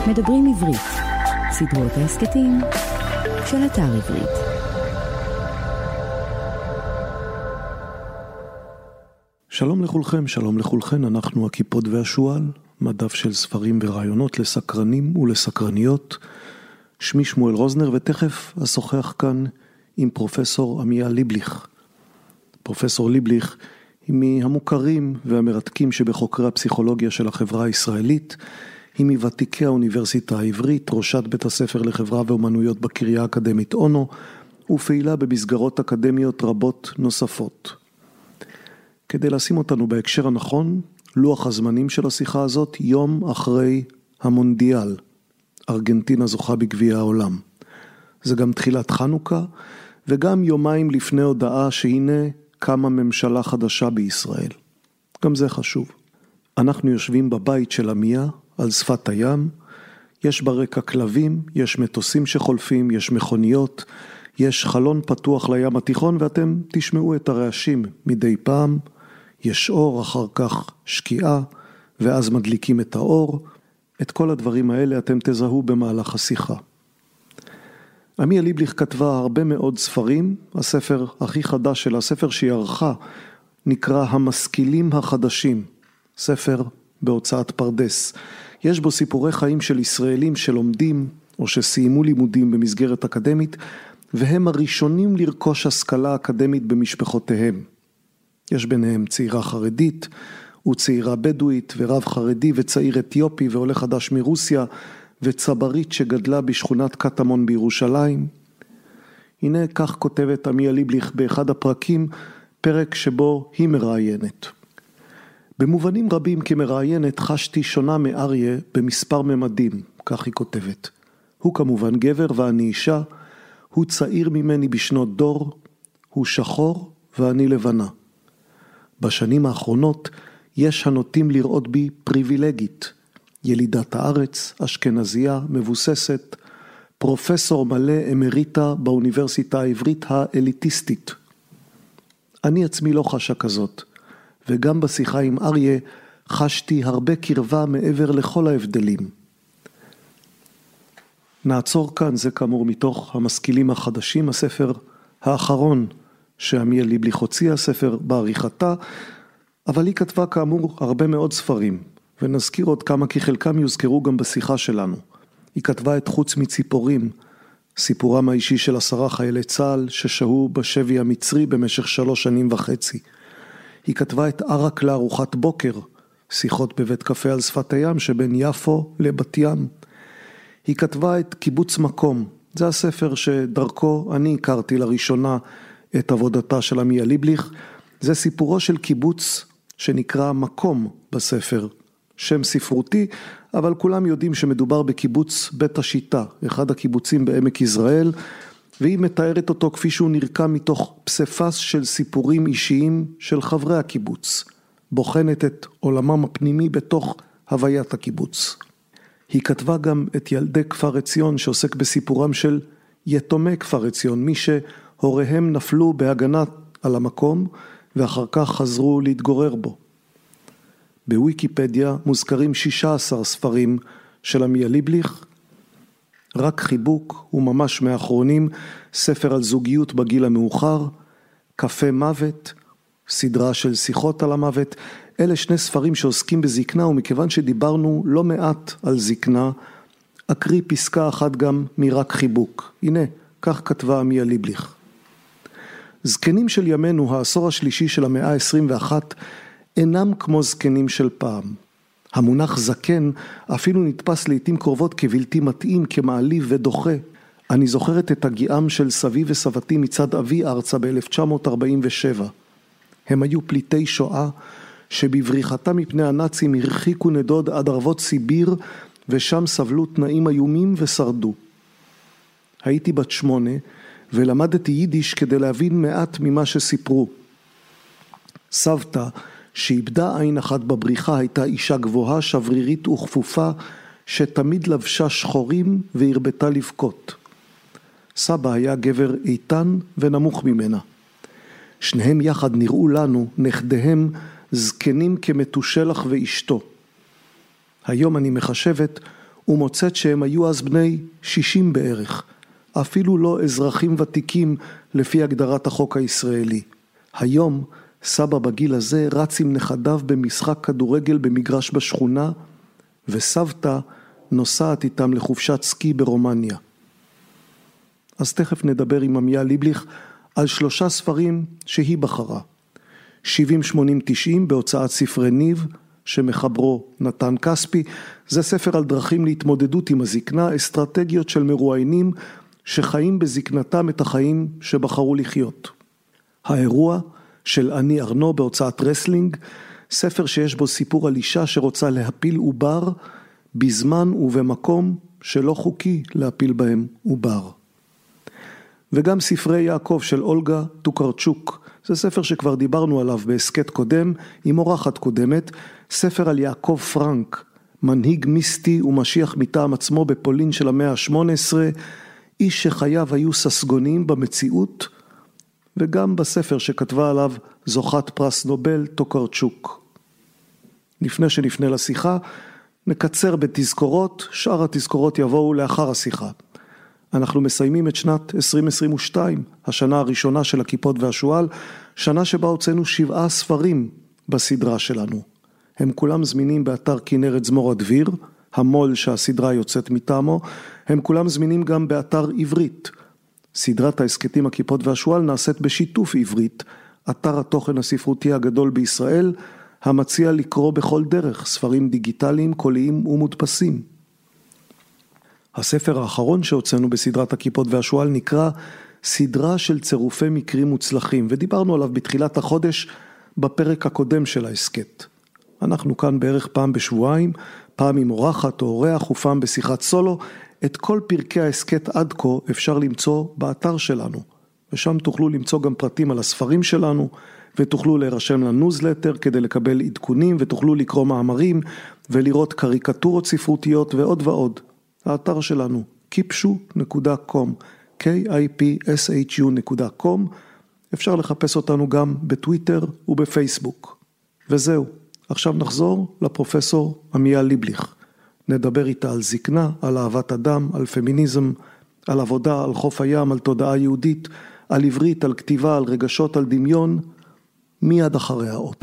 מדברים עברית, סדרות ההסקטים של אתר עברית. שלום לכולכם, שלום לכולכן, אנחנו הקיפוד והשואל, מדף של ספרים ורעיונות לסקרנים ולסקרניות. שמי שמואל רוזנר, ותכף אשוחח כאן עם פרופסור עמיה ליבליך. פרופסור ליבליך היא מהמוכרים והמרתקים שבחוקרי הפסיכולוגיה של החברה הישראלית, היא מוותיקי האוניברסיטה העברית, ראשת בית הספר לחברה ואומנויות בקריה האקדמית אונו, ופעילה במסגרות אקדמיות רבות נוספות. כדי לשים אותנו בהקשר הנכון, לוח הזמנים של השיחה הזאת יום אחרי המונדיאל. ארגנטינה זוכה בגביע העולם. זה גם תחילת חנוכה, וגם יומיים לפני הודעה שהנה קמה ממשלה חדשה בישראל. גם זה חשוב. אנחנו יושבים בבית של עמיה, על שפת הים, יש ברקע כלבים, יש מטוסים שחולפים, יש מכוניות, יש חלון פתוח לים התיכון, ואתם תשמעו את הרעשים מדי פעם, יש אור, אחר כך שקיעה, ואז מדליקים את האור. את כל הדברים האלה אתם תזהו במהלך השיחה. עמיה ליבליך כתבה הרבה מאוד ספרים, הספר הכי חדש שלה, הספר שהיא ערכה, נקרא המשכילים החדשים, ספר בהוצאת פרדס. יש בו סיפורי חיים של ישראלים שלומדים או שסיימו לימודים במסגרת אקדמית, והם הראשונים לרכוש השכלה אקדמית במשפחותיהם. יש ביניהם צעירה חרדית וצעירה בדואית ורב חרדי וצעיר אתיופי ועולה חדש מרוסיה וצברית שגדלה בשכונת קטמון בירושלים. הנה כך כותבת עמיה ליבליך באחד הפרקים, פרק שבו היא מראיינת. במובנים רבים כמראיינת חשתי שונה מאריה במספר ממדים, כך היא כותבת. הוא כמובן גבר ואני אישה, הוא צעיר ממני בשנות דור, הוא שחור ואני לבנה. בשנים האחרונות יש הנוטים לראות בי פריבילגית, ילידת הארץ, אשכנזייה, מבוססת, פרופסור מלא אמריטה באוניברסיטה העברית האליטיסטית. אני עצמי לא חשה כזאת, וגם בשיחה עם אריה חשתי הרבה קרבה מעבר לכל ההבדלים. נעצור כאן, זה כאמור מתוך המשכילים החדשים, הספר האחרון שעמיה ליבליך הוציאה, ספר בעריכתה, אבל היא כתבה כאמור הרבה מאוד ספרים, ונזכיר עוד כמה כי חלקם יוזכרו גם בשיחה שלנו. היא כתבה את חוץ מציפורים, סיפורם האישי של 10 חיילי צה"ל ששהו בשבי המצרי במשך 3.5 שנים. היא כתבה את ערק לארוחת בוקר, שיחות בבית קפה על שפת הים שבין יפו לבת ים. היא כתבה את קיבוץ מקום, זה הספר שדרכו אני הכרתי לראשונה את עבודתה של עמיה ליבליך. זה סיפורו של קיבוץ שנקרא מקום בספר, שם ספרותי, אבל כולם יודעים שמדובר בקיבוץ בית השיטה, אחד הקיבוצים בעמק יזרעאל, והיא מתארת אותו כפי שהוא נרקם מתוך פספס של סיפורים אישיים של חברי הקיבוץ, בוחנת את עולמם הפנימי בתוך הוויית הקיבוץ. היא כתבה גם את ילדי כפר עציון שעוסק בסיפורם של יתומי כפר עציון, מי שהוריהם נפלו בהגנה על המקום ואחר כך חזרו להתגורר בו. בוויקיפדיה מוזכרים 16 ספרים של עמיה ליבליך, רק חיבוק הוא ממש מאחרונים, ספר על זוגיות בגיל המאוחר, קפה מוות, סדרה של שיחות על המוות. אלה 2 ספרים שעוסקים בזקנה, ומכיוון שדיברנו לא מעט על זקנה, אקריא פסקה אחת גם מרק חיבוק. הנה, כך כתבה עמיה ליבליך. זקנים של ימינו, העשור השלישי של המאה ה-21, אינם כמו זקנים של פעם. המונח זקן אפילו נתפס לעתים קרובות כבלתי מתאים, כמעליב ודוחה. אני זוכרת את הגיעם של סבי וסבתי מצד אבי ארצה ב-1947. הם היו פליטי שואה שבבריחתם מפני הנאצים הרחיקו נדוד עד ערבות סיביר, ושם סבלו תנאים איומים ושרדו. הייתי בת 8 ולמדתי יידיש כדי להבין מעט ממה שסיפרו. סבתא שאיבדה עין אחת בבריחה הייתה אישה גבוהה, שברירית וכפופה, שתמיד לבשה שחורים והרבתה לבכות. סבא היה גבר איתן ונמוך ממנה. שניהם יחד נראו לנו, נכדיהם, זקנים כמתושלח ואשתו. היום אני מחשבת, ומוצאת שהם היו אז בני 60 בערך, אפילו לא אזרחים ותיקים לפי הגדרת החוק הישראלי. היום סבא בגיל הזה רץ עם נכדיו במשחק כדורגל במגרש בשכונה, וסבתא נוסעת איתם לחופשת סקי ברומניה. אז תכף נדבר עם עמיה ליבליך על 3 ספרים שהיא בחרה. 70-80-90 בהוצאת ספרי ניב, שמחברו נתן כספי. זה ספר על דרכים להתמודדות עם הזקנה, אסטרטגיות של מרואיינים שחיים בזקנתם את החיים שבחרו לחיות. האירוע של אני ארנו בהוצאת רסלינג, ספר שיש בו סיפור על אישה שרוצה להפיל עובר בזמן ובמקום שלא חוקי להפיל בהם עובר. וגם ספרי יעקב של אולגה טוקרצ'וק, זה ספר שכבר דיברנו עליו בהסקט קודם עם אורחת קודמת, ספר על יעקב פרנק, מנהיג מיסטי ומשיח מטעם עצמו בפולין של המאה ה-18, איש שחייו היו ססגוניים במציאות, וגם בספר שכתבה עליו זוכת פרס נובל טוקרצ'וק. לפני שנפנה לשיחה, נקצר בתזכורות, שאר התזכורות יבואו לאחר השיחה. אנחנו מסיימים את שנת 2022, השנה הראשונה של הכיפות והשואל, שנה שבה הוצאנו 7 ספרים בסדרה שלנו. הם כולם זמינים באתר כנרת זמור הדביר, המול שהסדרה יוצאת מטעמו, הם כולם זמינים גם באתר עברית. סדרת העסקתים הכיפות והשואל נעשית בשיתוף עברית, אתר התוכן הספרותי הגדול בישראל, המציע לקרוא בכל דרך ספרים דיגיטליים, קוליים ומודפסים. הספר האחרון שהוצאנו בסדרת הכיפות והשואל נקרא סדרה של צירופי מקרים מוצלחים, ודיברנו עליו בתחילת החודש בפרק הקודם של העסקת. אנחנו כאן בערך פעם בשבועיים, פעם עם אורחת או אורח ופעם בשיחת סולו. את כל פרקי העסקת עד כה אפשר למצוא באתר שלנו, ושם תוכלו למצוא גם פרטים על הספרים שלנו, ותוכלו להירשם לניוזלטר כדי לקבל עדכונים, ותוכלו לקרוא מאמרים ולראות קריקטורות ספרותיות ועוד ועוד. האתר שלנו kipshu.com, kipshu.com, אפשר לחפש אותנו גם בטוויטר ובפייסבוק. וזהו, עכשיו נחזור לפרופסור עמיה ליבליך. נדבר איתה על זקנה, על אהבת אדם, על פמיניזם, על עבודה, על חוף הים, על תודעה יהודית, על עברית, על כתיבה, על רגשות, על דמיון, מיד אחרי האות.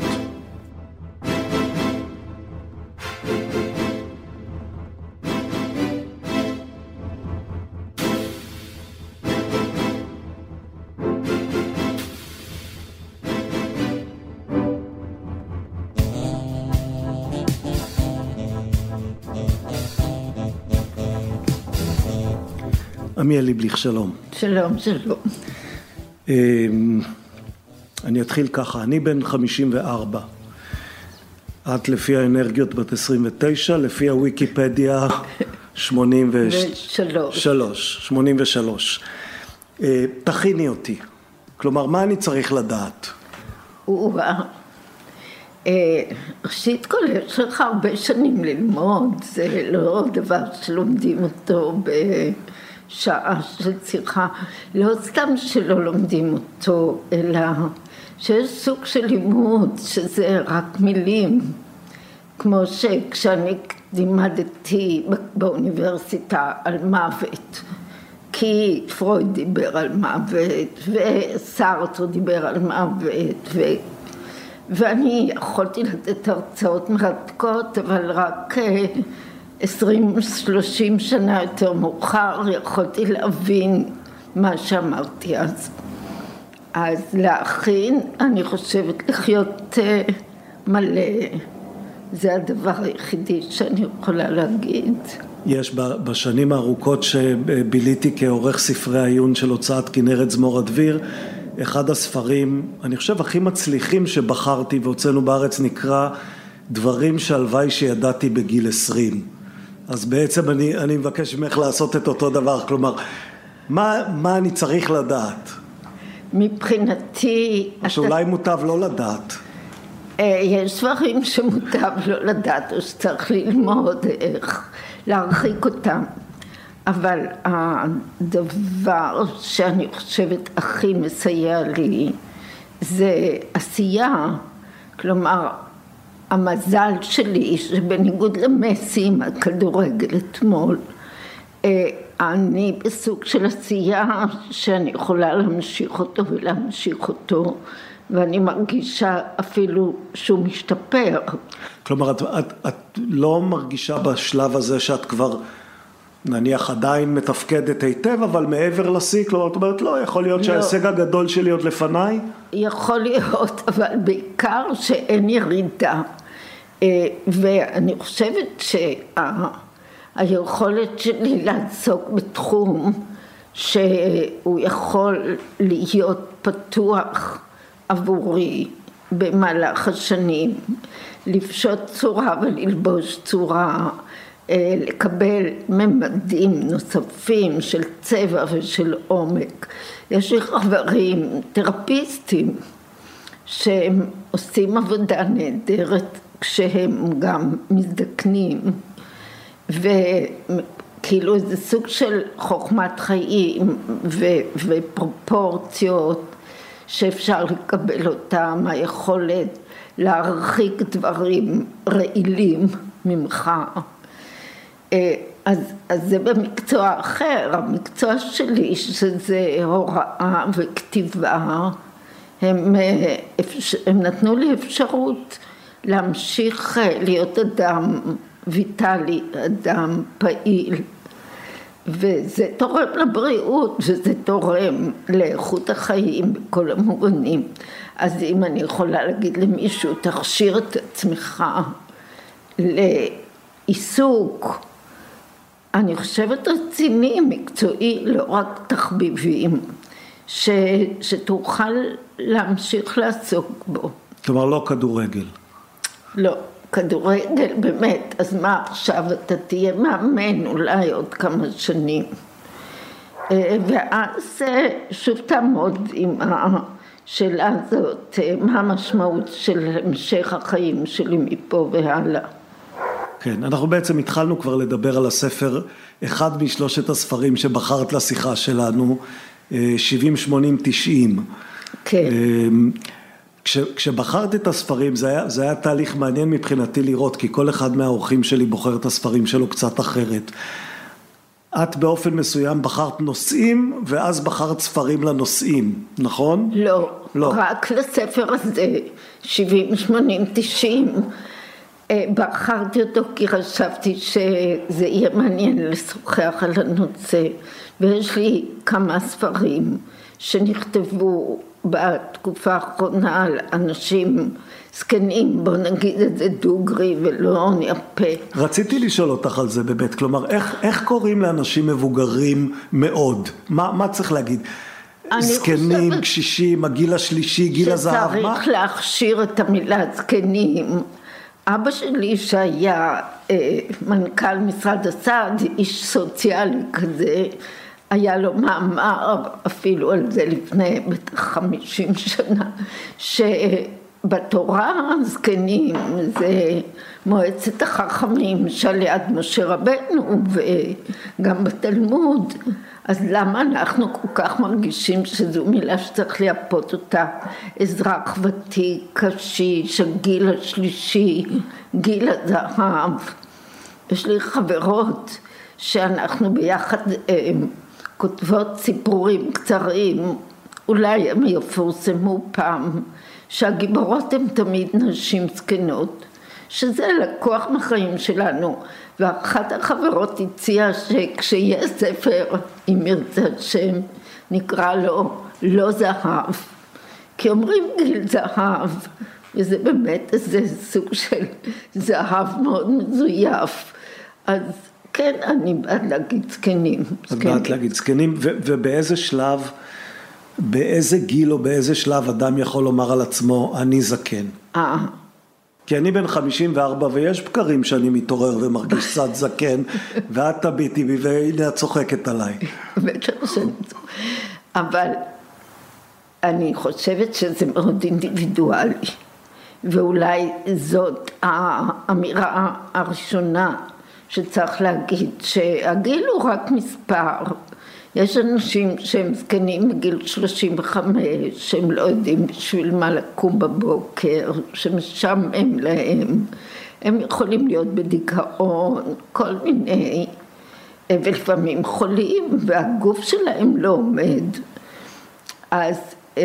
עמיה ליבליך, שלום. שלום, שלום. אני אתחיל ככה, אני בן 54. את לפי האנרגיות בת 29, לפי הוויקיפדיה 83. תכיני אותי. כלומר, מה אני צריך לדעת? ראשית כל, יש לך הרבה שנים ללמוד, זה לא דבר שלומדים אותו שעה של שיחה, לא סתם שלא לומדים אותו, אלא שיש סוג של לימוד שזה רק מילים, כמו שכשאני לימדתי באוניברסיטה על מוות, כי פרויד דיבר על מוות וסארטר דיבר על מוות, ואני יכולתי לתת הרצאות מרתקות, אבל רק 20-30 שנה יותר מאוחר יכולתי להבין מה שאמרתי אז להכין, אני חושבת לחיות מלא, זה הדבר היחידי שאני יכולה להגיד. יש בשנים הארוכות שביליתי כעורך ספרי העיון של הוצאת כנרת זמור הדביר, אחד הספרים, אני חושב הכי מצליחים שבחרתי והוצאנו בארץ, נקרא דברים שהלוואי שידעתי בגיל 20. אז בעצם אני מבקש ממך לעשות את אותו דבר, כלומר, מה אני צריך לדעת? מבחינתי... שאולי מוטב לא לדעת. יש ספרים שמוטב לא לדעת, או שצריך ללמוד איך להרחיק אותם. אבל הדבר שאני חושבת הכי מסייע לי, זה עשייה. כלומר, המזל שלי שבניגוד למסי עם הכדורגל אתמול, אני בסוג של עשייה שאני יכולה להמשיך אותו ולהמשיך אותו, ואני מרגישה אפילו שהוא משתפר. כלומר, את לא מרגישה בשלב הזה שאת כבר נניח עדיין מתפקדת היטב, אבל מעבר לשיא, כלומר, את אומרת, לא, יכול להיות שההישג הגדול שלי עוד לפניי? יכול להיות, אבל בעיקר שאין ירידה. ואני חושבת שהיכולת שלי לעסוק בתחום שהוא יכול להיות פתוח עבורי במהלך השנים, לפשוט צורה וללבוש צורה, לקבל ממדים נוספים של צבע ושל עומק. יש לי חברים תרפיסטים שהם עושים עבודה נהדרת כשהם גם מזדקנים, וכאילו זה סוג של חוכמת חיים ופרופורציות שאפשר לקבל אותם, היכולת להרחיק דברים רעילים ממך. אז זה במקצוע אחר. המקצוע שלי שזה הוראה וכתיבה, הם נתנו לי אפשרות להמשיך להיות אדם ויטלי, אדם פעיל, וזה תורם לבריאות וזה תורם לאיכות החיים בכל המובנים. אז אם אני יכולה להגיד למישהו, תכשיר את עצמך לעיסוק, אני חושבת רציני, מקצועי, לא רק תחביבים, שתוכל להמשיך לעסוק בו. כלומר, לא כדורגל. לא, כדורגל באמת, אז מה עכשיו אתה תהיה מאמן אולי עוד כמה שנים. ואז שוב תעמוד עם השאלה הזאת, מה המשמעות של המשך החיים שלי מפה והלאה. כן, אנחנו בעצם התחלנו כבר לדבר על הספר, אחד משלושת הספרים שבחרת לשיחה שלנו, 70, 80, 90. כן. כשבחרת את הספרים, זה היה תהליך מעניין מבחינתי לראות, כי כל אחד מהאורחים שלי בוחר את הספרים שלו קצת אחרת. את באופן מסוים בחרת נושאים, ואז בחרת ספרים לנושאים, נכון? לא, רק לספר הזה, 70, 80, 90. בחרתי אותו כי חשבתי שזה יהיה מעניין לשוחח על הנושא, ויש לי כמה ספרים שנכתבו בתקופה האחרונה על אנשים זקנים, בוא נגיד את זה דוגרי ולא נייפה. רציתי לשאול אותך על זה באמת, כלומר איך קוראים לאנשים מבוגרים מאוד? מה צריך להגיד? זקנים, קשישים, הגיל השלישי, גיל הזהב, מה? שצריך להכשיר את המילה זקנים. אבא שלי שהיה מנכ"ל משרד הסעד, איש סוציאלי כזה, היה לו מאמר אפילו על זה לפני 50 שנה, שבתורה זקנים זה מועצת החכמים של יד משה רבנו, וגם בתלמוד. אז למה אנחנו כל כך מרגישים שזו מילה שצריך לייפות אותה? אזרח ותיק, קשיש, הגיל השלישי, גיל הזהב. יש לי חברות שאנחנו ביחד כותבות סיפורים קצרים, אולי הם יפורסמו פעם, שהגיבורות הן תמיד נשים זקנות, שזה לקוח מחיים שלנו. ואחת החברות הציעה שכשיהיה ספר, אם ירצה השם, נקרא לו לא זהב, כי אומרים גיל זהב, וזה באמת איזה סוג של זהב מאוד מזויף. אז כן, אני בעד להגיד זקנים. את בעד להגיד זקנים, ובאיזה שלב, באיזה גיל או באיזה שלב אדם יכול לומר על עצמו, אני זקן? כי אני בן 54 ויש בקרים שאני מתעורר ומרגיש קצת זקן, ואת תביטי בי והנה את צוחקת עליי. אבל אני חושבת שזה מאוד אינדיבידואלי, ואולי זאת האמירה הראשונה שצריך להגיד, שהגיל הוא רק מספר, יש אנשים שהם זקנים בגיל 35, שהם לא יודעים בשביל מה לקום בבוקר, שמשעמם להם, הם יכולים להיות בדיכאון, כל מיני, ולפעמים חולים, והגוף שלהם לא עומד. אז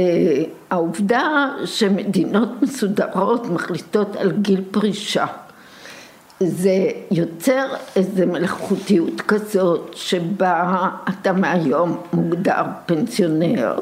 העובדה שמדינות מסודרות מחליטות על גיל פרישה, זה יוצר איזו מלאכותיות כזאת שבה אתה מהיום מוגדר פנסיונר,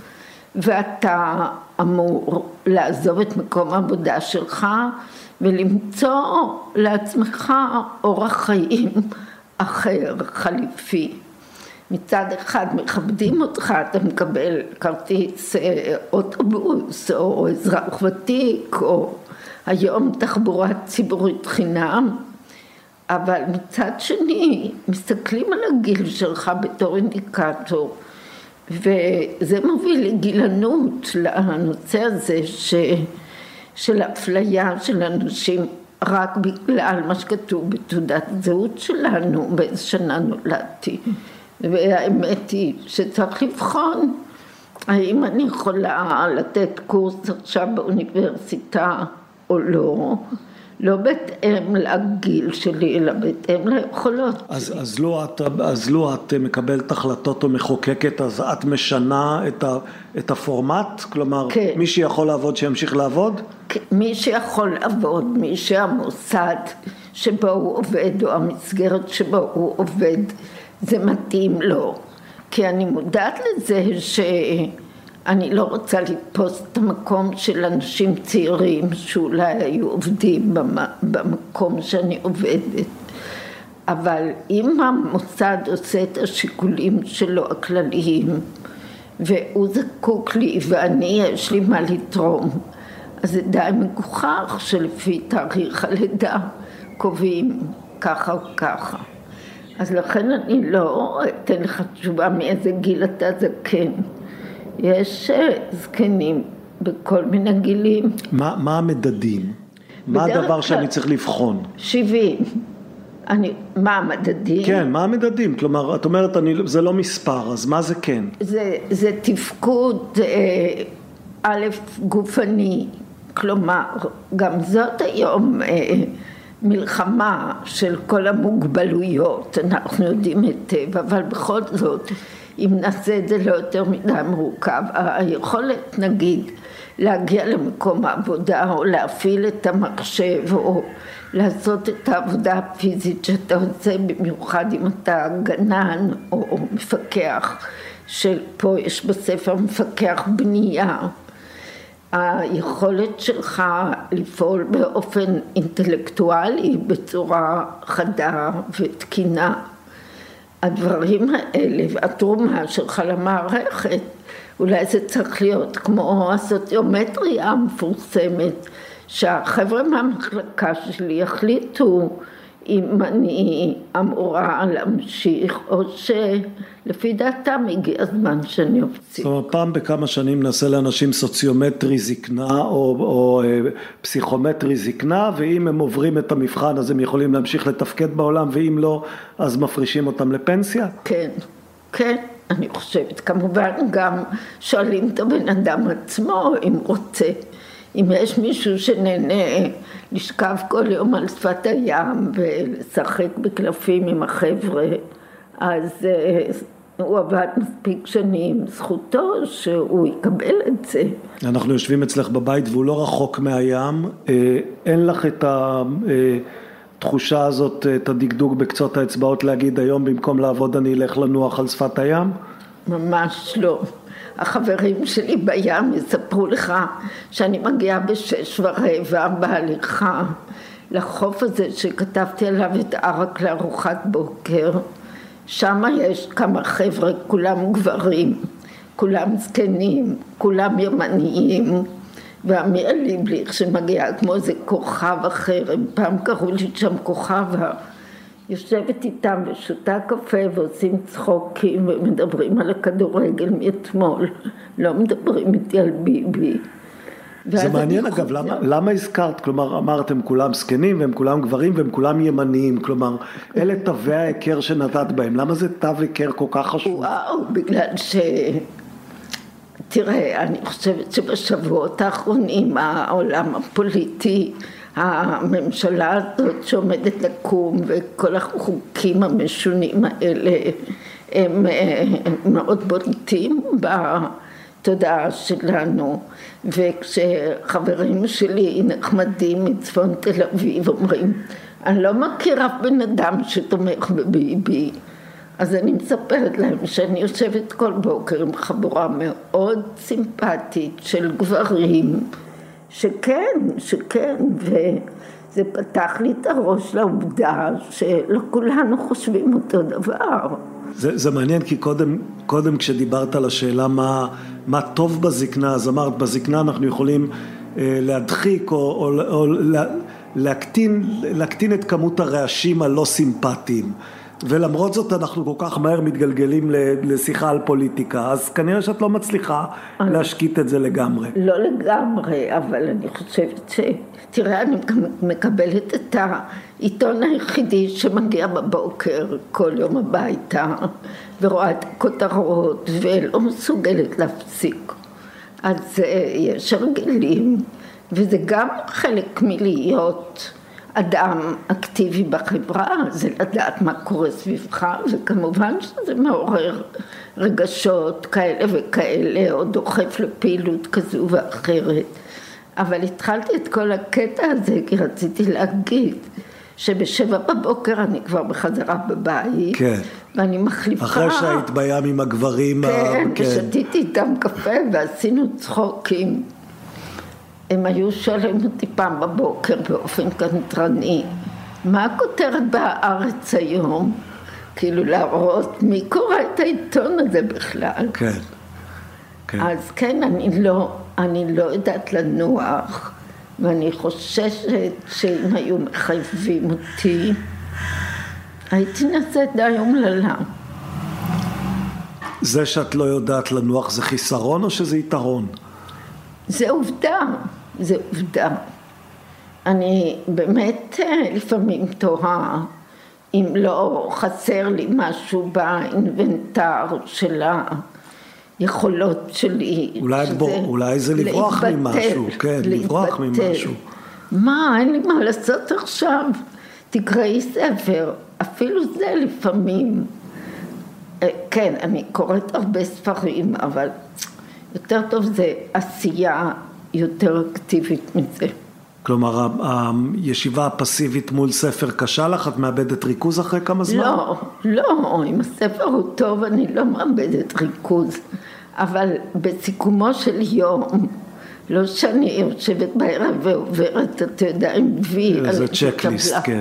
ואתה אמור לעזוב את מקום העבודה שלך ולמצוא לעצמך אורח חיים אחר, חליפי. מצד אחד מכבדים אותך, אתה מקבל כרטיס אוטובוס או אזרח ותיק או היום תחבורה ציבורית חינם, אבל מצד שני מסתכלים על הגיל שלך בתור אינדיקטור, וזה מוביל לגילנות לנושא הזה של אפליה של אנשים רק בגלל מה שכתוב בתעודת זהות שלנו, באיזה שנה נולדתי. והאמת היא שצריך לבחון האם אני יכולה לתת קורס עכשיו באוניברסיטה או לא, לא בהתאם לגיל שלי, אלא בהתאם ליכולות. אז לא את מקבלת החלטות או מחוקקת, אז את משנה את הפורמט? כלומר, כן. מי שיכול לעבוד שימשיך לעבוד? כן, מי שיכול לעבוד, מי שהמוסד שבו הוא עובד או המסגרת שבו הוא עובד, זה מתאים לו. כי אני מודעת לזה שאני לא רוצה לתפוס את המקום של אנשים צעירים שאולי היו עובדים במקום שאני עובדת. אבל אם המוסד עושה את השיקולים שלו הכלליים, והוא זקוק לי ואני יש לי מה לתרום, אז זה די מגוחך שלפי תאריך הלידה קובעים ככה או ככה. אז לכן אני לא אתן לך תשובה מאיזה גיל אתה זקן. יש זקנים בכל מיני גילים. מה המדדים? מה הדבר שאני צריך לבחון? 70. מה המדדים? כן, מה המדדים? כלומר, את אומרת, זה לא מספר, אז מה זה כן? זה תפקוד א' גופני. כלומר, גם זאת היום מלחמה של כל המוגבלויות, אנחנו יודעים היטב, אבל בכל זאת, אם נעשה את זה לא יותר מדי מורכב, היכולת נגיד להגיע למקום העבודה או להפעיל את המחשב או לעשות את העבודה הפיזית שאתה עושה, במיוחד אם אתה גנן או מפקח, שפה יש בספר מפקח בנייה, היכולת שלך לפעול באופן אינטלקטואלי בצורה חדה ותקינה, הדברים האלה והתרומה שלך למערכת, אולי זה צריך להיות כמו הסוציומטריה המפורסמת, שהחבר'ה מהמחלקה שלי החליטו אם אני אמורה להמשיך או שלפי דעתם הגיע הזמן שאני אפסיק. זאת אומרת, פעם בכמה שנים נעשה לאנשים סוציומטרי זקנה או פסיכומטרי זקנה, ואם הם עוברים את המבחן אז הם יכולים להמשיך לתפקד בעולם, ואם לא אז מפרישים אותם לפנסיה? כן, כן, אני חושבת. כמובן גם שואלים את הבן אדם עצמו אם רוצה. אם יש מישהו שנהנה לשכב כל יום על שפת הים ולשחק בקלפים עם החבר'ה, אז הוא עבד מספיק שנים, זכותו שהוא יקבל את זה. אנחנו יושבים אצלך בבית והוא לא רחוק מהים, אין לך את התחושה הזאת, את הדקדוק בקצות האצבעות להגיד היום במקום לעבוד אני אלך לנוח על שפת הים? ממש לא. החברים שלי בים יספרו לך שאני מגיעה ב6:15 בהליכה לחוף הזה שכתבתי עליו את ערק לארוחת בוקר. שם יש כמה חבר'ה, כולם גברים, כולם זקנים, כולם ימניים, ואמיר ליבליך שמגיעה כמו איזה כוכב אחר, הם פעם קראו לי שם כוכבה, יושבת איתם ושותה קפה ועושים צחוקים ומדברים על הכדורגל מאתמול, לא מדברים איתי על ביבי. זה מעניין אגב, למה הזכרת? כלומר, אמרתם כולם זקנים והם כולם גברים והם כולם ימניים, כלומר, אלה תווי ההיכר שנתת בהם, למה זה תו היכר כל כך חשוב? וואו, בגלל תראה, אני חושבת שבשבועות האחרונים העולם הפוליטי, הממשלה הזאת שעומדת לקום וכל החוקים המשונים האלה הם מאוד בולטים בתודעה שלנו, וכשחברים שלי נחמדים מצפון תל אביב אומרים אני לא מכיר אף בן אדם שתומך בביבי, אז אני מספרת להם שאני יושבת כל בוקר עם חבורה מאוד סימפטית של גברים שכן, וזה פתח לי את הראש לעובדה שלא כולנו חושבים אותו דבר. זה מעניין כי קודם כשדיברת על השאלה מה טוב בזקנה, אז אמרת בזקנה אנחנו יכולים להדחיק או להקטין את כמות הרעשים הלא סימפטיים. ולמרות זאת אנחנו כל כך מהר מתגלגלים לשיחה על פוליטיקה, אז כנראה שאת לא מצליחה להשקיט את זה לגמרי. לא לגמרי, אבל אני חושבת תראה, אני מקבלת את העיתון היחידי שמגיע בבוקר כל יום הביתה, ורואה את הכותרות, ולא מסוגלת להפסיק. אז יש הרגלים, וזה גם חלק מלהיות אדם אקטיבי בחברה, זה לדעת מה קורה סביבך, וכמובן שזה מעורר רגשות כאלה וכאלה, או דוחף לפעילות כזו ואחרת. אבל התחלתי את כל הקטע הזה, כי רציתי להגיד שבשבע בבוקר אני כבר בחזרה בבית, כן. ואני מחליפה. אחרי שהיית בים עם הגברים. כן, ושתיתי איתם קפה ועשינו צחוקים. הם היו שואלים אותי פעם בבוקר באופן קנטרני, מה הכותרת בהארץ היום? כאילו להראות מי קורא את העיתון הזה בכלל. כן. כן. אז כן, אני לא יודעת לנוח, ואני חוששת שאם היו מחייבים אותי, הייתי נעשית די אומללה. זה שאת לא יודעת לנוח זה חיסרון או שזה יתרון? זה עובדה. אני באמת לפעמים תוהה אם לא חסר לי משהו באינבנטר של היכולות שלי. אולי זה לברוח ממשהו, כן, לברוח ממשהו. מה, אין לי מה לעשות עכשיו? תקראי ספר, אפילו זה לפעמים. כן, אני קוראת הרבה ספרים, אבל יותר טוב זה עשייה יותר אקטיבית מזה. כלומר, הישיבה הפסיבית מול ספר קשה לך? את מאבדת ריכוז אחרי כמה זמן? לא, אם הספר הוא טוב אני לא מאבדת ריכוז, אבל בסיכומו של יום, לא שאני יושבת בערב ועוברת, אתה יודע, עם וי. זה צ'קליסט, כן.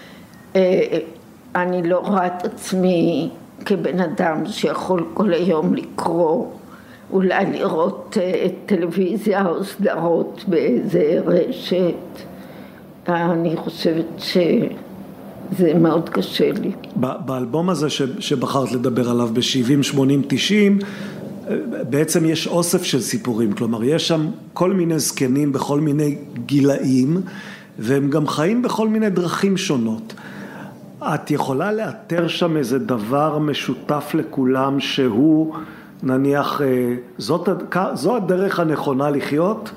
אני לא רואה את עצמי כבן אדם שיכול כל היום לקרוא, אולי לראות טלוויזיה או סדרות באיזה רשת. אני חושבת שזה מאוד קשה לי. באלבום הזה שבחרת לדבר עליו ב-70, 80, 90, בעצם יש אוסף של סיפורים, כלומר יש שם כל מיני זקנים בכל מיני גילאים, והם גם חיים בכל מיני דרכים שונות. את יכולה לאתר שם איזה דבר משותף לכולם שהוא, נניח, זו הדרך הנכונה לחיות?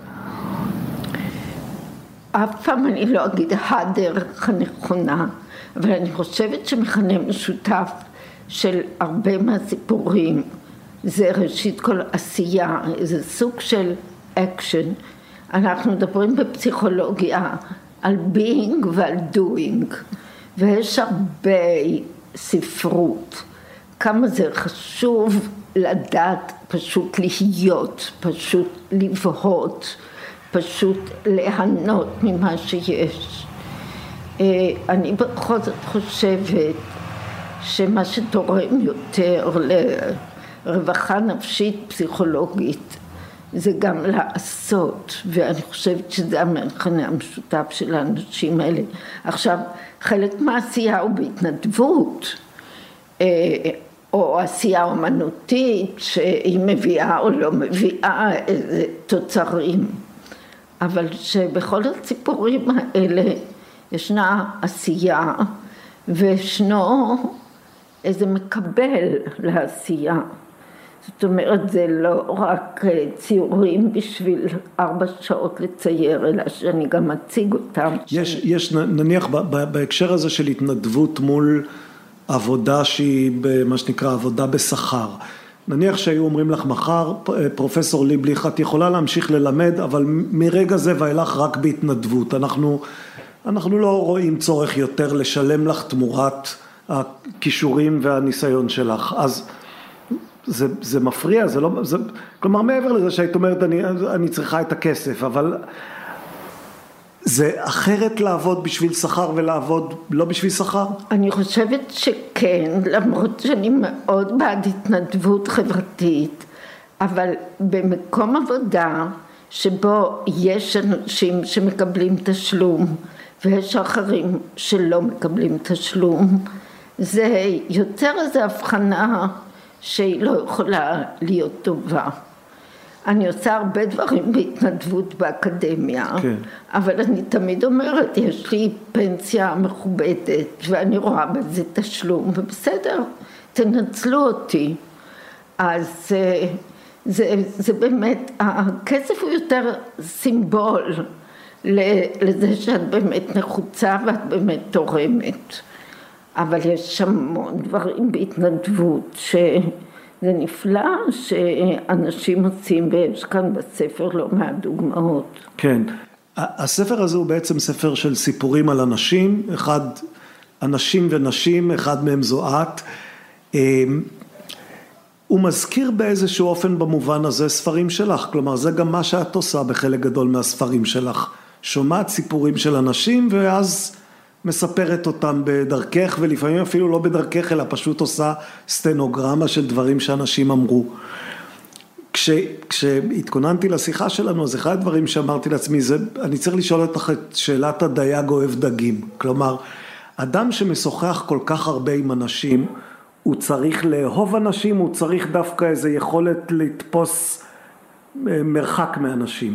אף פעם אני לא אגיד הדרך הנכונה, אבל אני חושבת שמכנה משותף של הרבה מהסיפורים, זה ראשית כל עשייה, איזה סוג של אקשן. אנחנו מדברים בפסיכולוגיה על being ועל doing, ויש הרבה ספרות. כמה זה חשוב לדעת פשוט להיות, פשוט לבהות, פשוט ליהנות ממה שיש. אני בכל זאת חושבת שמה שתורם יותר לרווחה נפשית פסיכולוגית זה גם לעשות, ואני חושבת שזה המכנה המשותף של האנשים האלה. עכשיו, חלק מהעשייה הוא בהתנדבות, או עשייה אומנותית שהיא מביאה או לא מביאה איזה תוצרים. אבל שבכל הציפורים האלה ישנה עשייה, וישנו איזה מקבל לעשייה. זאת אומרת, זה לא רק ציורים בשביל 4 שעות לצייר, אלא שאני גם אציג אותם. יש נניח בהקשר הזה של התנדבות מול עבודה שהיא במה שנקרא עבודה בשכר. נניח שהיו אומרים לך מחר, פרופסור ליבליך, את יכולה להמשיך ללמד, אבל מרגע זה ואילך רק בהתנדבות. אנחנו לא רואים צורך יותר לשלם לך תמורת הכישורים והניסיון שלך. אז זה מפריע, כלומר מעבר לזה שהיית אומרת אני צריכה את הכסף, אבל זה אחרת לעבוד בשביל שכר ולעבוד לא בשביל שכר? אני חושבת שכן, למרות שאני מאוד בעד התנדבות חברתית, אבל במקום עבודה שבו יש אנשים שמקבלים תשלום ויש אחרים שלא מקבלים תשלום, זה יוצר איזו הבחנה שהיא לא יכולה להיות טובה. אני עושה הרבה דברים בהתנדבות באקדמיה, כן. אבל אני תמיד אומרת, יש לי פנסיה מכובדת, ואני רואה בזה תשלום, ובסדר, תנצלו אותי. אז זה באמת, הכסף הוא יותר סימבול לזה שאת באמת נחוצה ואת באמת תורמת. אבל יש שם המון דברים בהתנדבות שזה נפלא שאנשים עושים, ויש כאן בספר לא מעט דוגמאות. כן, הספר הזה הוא בעצם ספר של סיפורים על אנשים, אנשים ונשים, אחד מהם זו את. הוא מזכיר באיזשהו אופן במובן הזה ספרים שלך, כלומר זה גם מה שאת עושה בחלק גדול מהספרים שלך. שומעת סיפורים של אנשים ואז מספרת אותם בדרכך, ולפעמים אפילו לא בדרכך, אלא פשוט עושה סטנוגרמה של דברים שאנשים אמרו. כשהתכוננתי לשיחה שלנו, אז אחד הדברים שאמרתי לעצמי, אני צריך לשאול אותך את שאלת הדייג אוהב דגים. כלומר, אדם שמשוחח כל כך הרבה עם אנשים, הוא צריך לאהוב אנשים, הוא צריך דווקא איזו יכולת לתפוס מרחק מאנשים.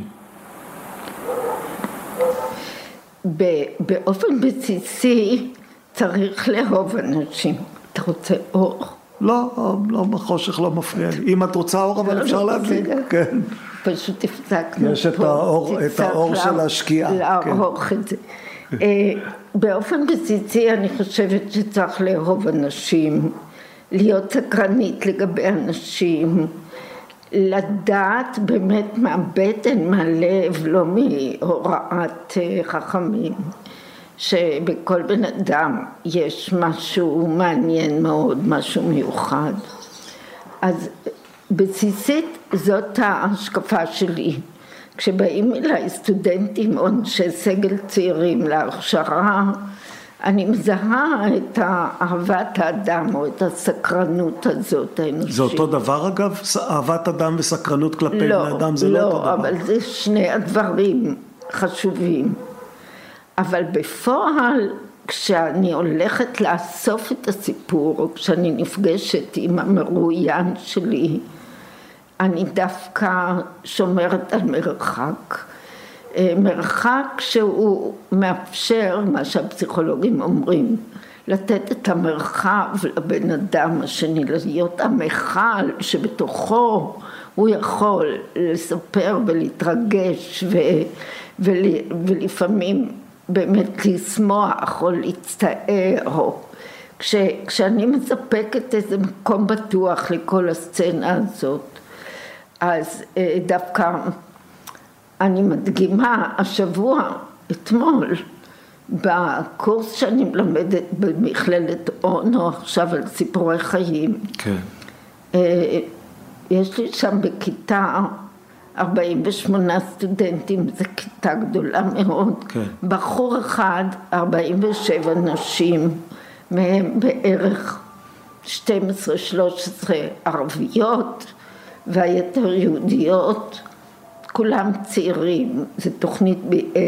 באופן בסיסי צריך לאהוב אנשים. אתה רוצה אור? לא, בחושך לא מפריע לי. אם את רוצה אור, אבל אפשר להדליק. כן. פשוט הפסקנו פה. יש את האור של השקיעה. לערוך את זה. באופן בסיסי אני חושבת שצריך לאהוב אנשים, להיות סקרנית לגבי אנשים, לדעת באמת מהבטן, מהלב, לא מהוראת חכמים, שבכל בן אדם יש משהו מעניין מאוד, משהו מיוחד. אז בסיסית זאת ההשקפה שלי. כשבאים אליי סטודנטים או אנשי סגל צעירים להכשרה, אני מזהה את אהבת האדם או את הסקרנות הזאת האנושית. זה אותו דבר אגב? אהבת אדם וסקרנות כלפי בני אדם זה לא אותו דבר? לא, אבל זה שני הדברים חשובים. אבל בפועל, כשאני הולכת לאסוף את הסיפור, או כשאני נפגשת עם המרואיין שלי, אני דווקא שומרת על מרחק. מרחק שהוא מאפשר, מה שהפסיכולוגים אומרים, לתת את המרחב לבן אדם השני, להיות המכל שבתוכו הוא יכול לספר ולהתרגש ולפעמים באמת לשמוח או להצטער. כשאני מספקת איזה מקום בטוח לכל הסצנה הזאת, אז דווקא אני מדגימה השבוע, אתמול, בקורס שאני מלמדת במכללת אונו עכשיו על סיפורי חיים. כן. יש לי שם בכיתה 48 סטודנטים, זו כיתה גדולה מאוד. כן. בחור אחד, 47 נשים, מהם בערך 12-13 ערביות, והיתר יהודיות, כולם צעירים, זו תוכנית BA,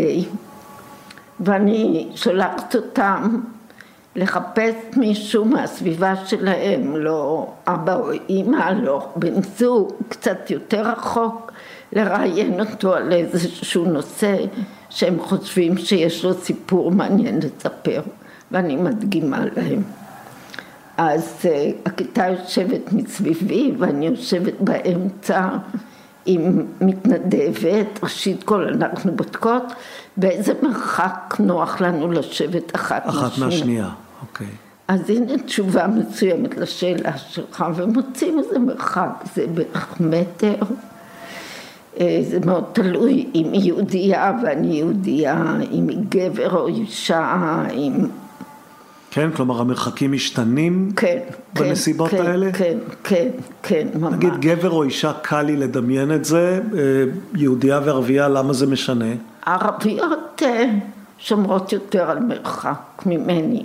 ואני שולחת אותם לחפש מישהו מהסביבה שלהם, לא אבא או אמא, לא בן זוג, קצת יותר רחוק, לראיין אותו על איזשהו נושא שהם חושבים שיש לו סיפור מעניין לספר, ואני מדגימה להם. אז הכיתה יושבת מסביבי ואני יושבת באמצע עם מתנדבת. ראשית כל אנחנו בודקות באיזה מרחק נוח לנו לשבת אחת מהשנייה. אוקיי. אז הנה תשובה מסוימת לשאלה שלך, ומוצאים איזה מרחק, זה בערך מטר. זה מאוד תלוי אם היא יהודייה ואני יהודייה, אם היא גבר או אישה, אם... כן, כלומר המרחקים משתנים בנסיבות האלה? כן, ממש. נגיד גבר או אישה קל לי לדמיין את זה, יהודייה וערבייה, למה זה משנה? הערביות שומרות יותר על מרחק ממני.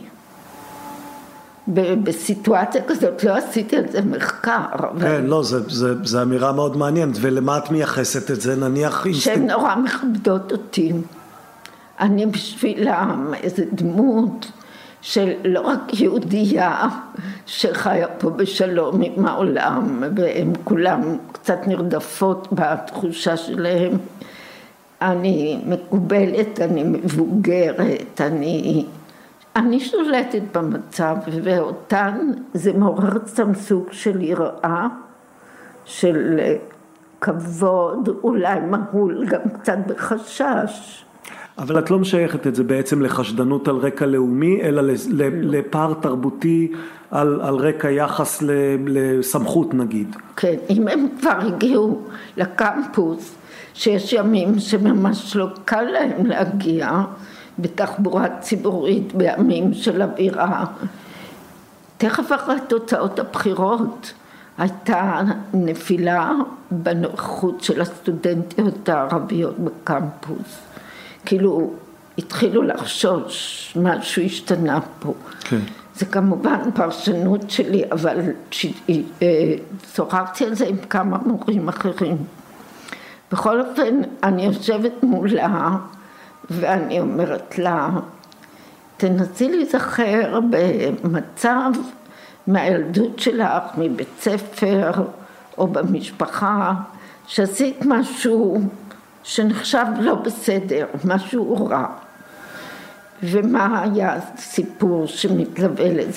בסיטואציה כזאת לא עשיתי על זה מחקר. כן, לא, זה אמירה מאוד מעניינת, ולמה את מייחסת את זה? נניח... שהן נורא מכבדות אותי. אני בשבילם איזה דמות של לא רק יהודייה שחיה פה בשלום עם העולם, והם כולם קצת נרדפות בתחושה שלהם. אני מקובלת, אני מבוגרת, אני שולטת במצב, ואותן זה מעורר קצת סוג של יראה, של כבוד, אולי מהול גם קצת בחשש. אבל את לא משייכת את זה בעצם לחשדנות על רקע לאומי, אלא לפער תרבותי על רקע יחס לסמכות נגיד. כן, אם הם כבר הגיעו לקמפוס, שיש ימים שממש לא קל להם להגיע, בתחבורה ציבורית בימים של אווירה. תכף אחרי תוצאות הבחירות הייתה נפילה בנוכחות של הסטודנטיות הערביות בקמפוס. כאילו התחילו לחשוש, משהו השתנה פה. כן. זה כמובן פרשנות שלי, אבל שוחחתי על זה עם כמה מורים אחרים. בכל אופן, אני יושבת מולה, ואני אומרת לה, תנסי להיזכר במצב מהילדות שלך, מבית ספר או במשפחה, שעשית משהו שנחשב לא בסדר, משהו רע. ומה היה סיפור שמתלווה לזה,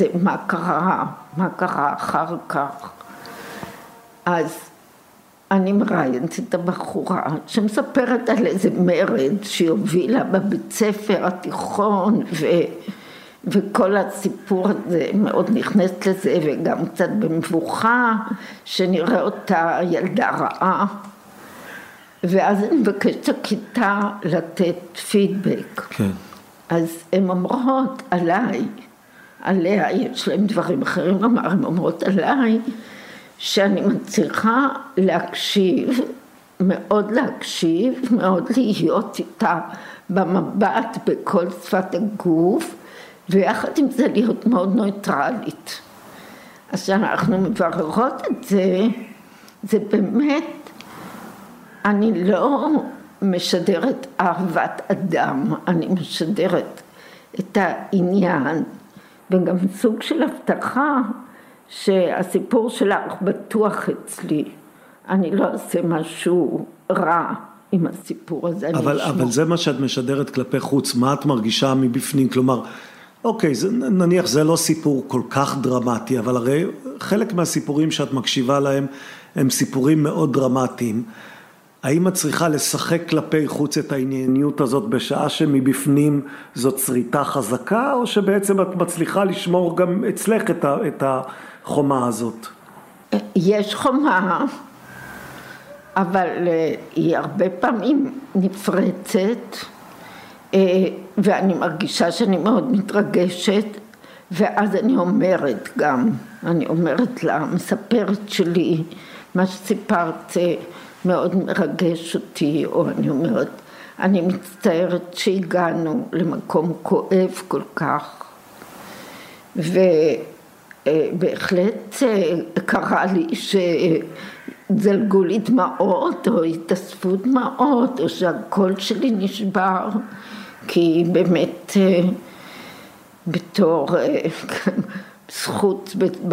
מה קרה אחר כך. אז אני מראיינת את הבחורה שמספרת על איזה מרד שהיא הובילה בבית ספר התיכון, וכל הסיפור הזה מאוד נכנס לזה, וגם קצת במבוכה שנראה אותה ילדה רעה. ואז אני מבקשת הכיתה לתת פידבק. כן. אז הן אומרות עליה יש להם דברים אחרים לומר, הן אומרות עליי, שאני מצליחה להקשיב, מאוד להיות איתה במבט בכל שפת הגוף, ויחד עם זה להיות מאוד נויטרלית. אז כשאנחנו מבררות את זה, זה באמת, אני לא משדרת אהבת אדם, אני משדרת את העניין, וגם סוג של הבטחה, שהסיפור שלך בטוח אצלי, אני לא אעשה משהו רע עם הסיפור הזה. אבל זה מה שאת משדרת כלפי חוץ, מה את מרגישה מבפנים? כלומר, אוקיי, נניח זה לא סיפור כל כך דרמטי, אבל הרי חלק מהסיפורים שאת מקשיבה להם, הם סיפורים מאוד דרמטיים. האם את צריכה לשחק כלפי חוץ את הענייניות הזאת בשעה שמבפנים זאת שריטה חזקה, או שבעצם את מצליחה לשמור גם אצלך את החומה הזאת? יש חומה, אבל היא הרבה פעמים נפרצת, ואני מרגישה שאני מאוד מתרגשת, ואז אני אומרת גם, אני אומרת לה, מספרת שלי, מה שסיפרת מאוד מרגש אותי, או אני אומרת, אני מצטערת שהגענו למקום כואב כל כך, ובהחלט קרה לי שזלגו לי דמעות, או התאספו דמעות, או שהקול שלי נשבר, כי באמת בתור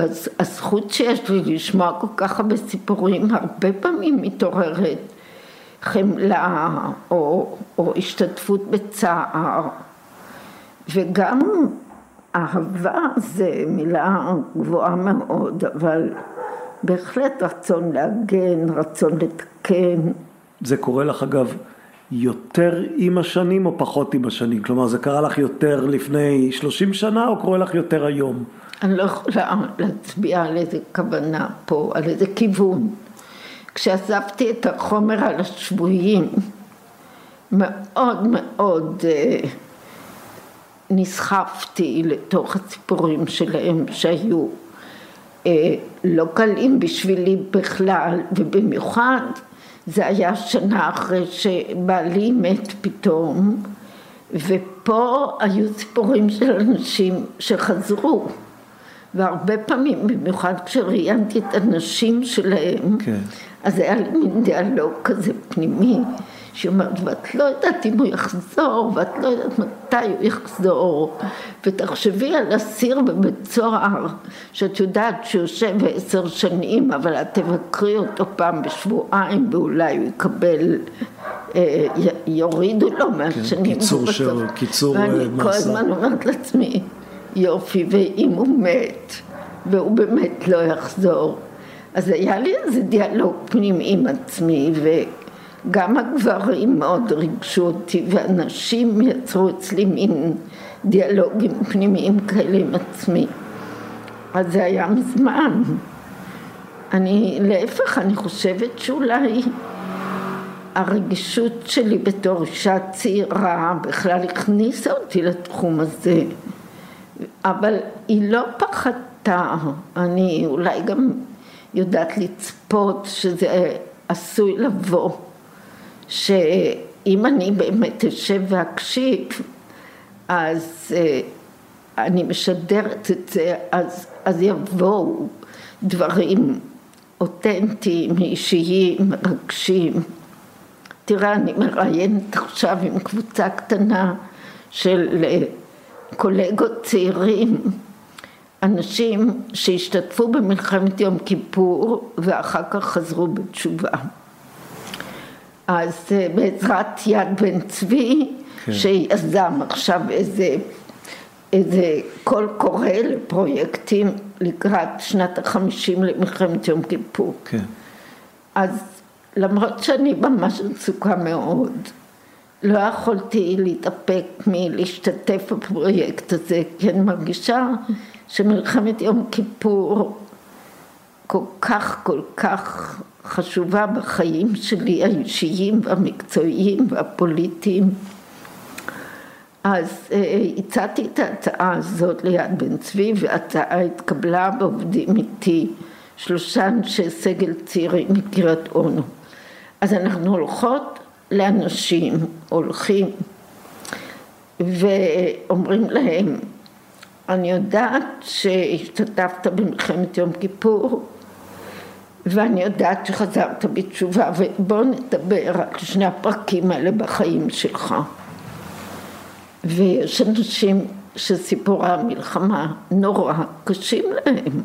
הזכות שיש לי לשמוע כל כך הרבה סיפורים, הרבה פעמים מתעוררת חמלה או השתתפות בצער, וגם אהבה זה מילה גבוהה מאוד, אבל בהחלט רצון להגן, רצון לתקן. זה קורה לך אגב יותר עם השנים או פחות עם השנים? כלומר, זה קרה לך יותר לפני 30 שנה או קורה לך יותר היום? אני לא יכולה להצביע על איזה כוונה פה, על איזה כיוון. כשעזבתי את החומר על השבויים, מאוד מאוד נסחפתי לתוך הסיפורים שלהם שהיו לא קלים בשבילי בכלל, ובמיוחד זה היה שנה אחרי שבעלי מת פתאום, ופה היו סיפורים של אנשים שחזרו, והרבה פעמים, במיוחד כשראיינתי את הנשים שלהם, כן. אז היה לי מין דיאלוג כזה פנימי, שאומרת, ואת לא יודעת אם הוא יחזור, ואת לא יודעת מתי הוא יחזור, ותחשבי על אסיר בבית סוהר, שאת יודעת שהוא יושב 10 שנים, אבל את תבקרי אותו פעם בשבועיים, ואולי הוא יקבל, יורידו לו מהשנים. קיצור ואני כל הזמן אומרת לעצמי, יופי, ואם הוא מת, והוא באמת לא יחזור, אז היה לי איזה דיאלוג פנימי עם עצמי, גם הגברים מאוד ריגשו אותי, ואנשים יצרו אצלי מין דיאלוגים פנימיים כאלה עם עצמי. אז זה היה מזמן. להפך, אני חושבת שאולי הרגישות שלי בתור אישה צעירה בכלל הכניסה אותי לתחום הזה, אבל היא לא פחתה. אני אולי גם יודעת לצפות שזה עשוי לבוא, שאם אני באמת אשב ואקשיב, אז אני משדרת את זה, אז יבואו דברים אותנטיים, אישיים, מרגשים. תראה, אני מראיינת עכשיו עם קבוצה קטנה של קולגות צעירים, אנשים שהשתתפו במלחמת יום כיפור ואחר כך חזרו בתשובה. אז בעזרת יד בן צבי, כן. שיזם עכשיו איזה קול קורא לפרויקטים לקראת שנת ה-50 למלחמת יום כיפור. כן. אז למרות שאני ממש עסוקה מאוד, לא יכולתי להתאפק מלהשתתף בפרויקט הזה, כי אני מרגישה שמלחמת יום כיפור כל כך חשובה בחיים שלי, האישיים והמקצועיים והפוליטיים. אז הצעתי את ההצעה הזאת ליד בן צבי, וההצעה התקבלה ועובדים איתי 3 אנשי סגל צעירים מקריית אונו. אז אנחנו הולכות לאנשים, הולכים ואומרים להם, אני יודעת שהשתתפת במלחמת יום כיפור, ואני יודעת שחזרת בתשובה, ובואו נדבר על 2 הפרקים האלה בחיים שלך. ויש אנשים שסיפורי המלחמה נורא קשים להם.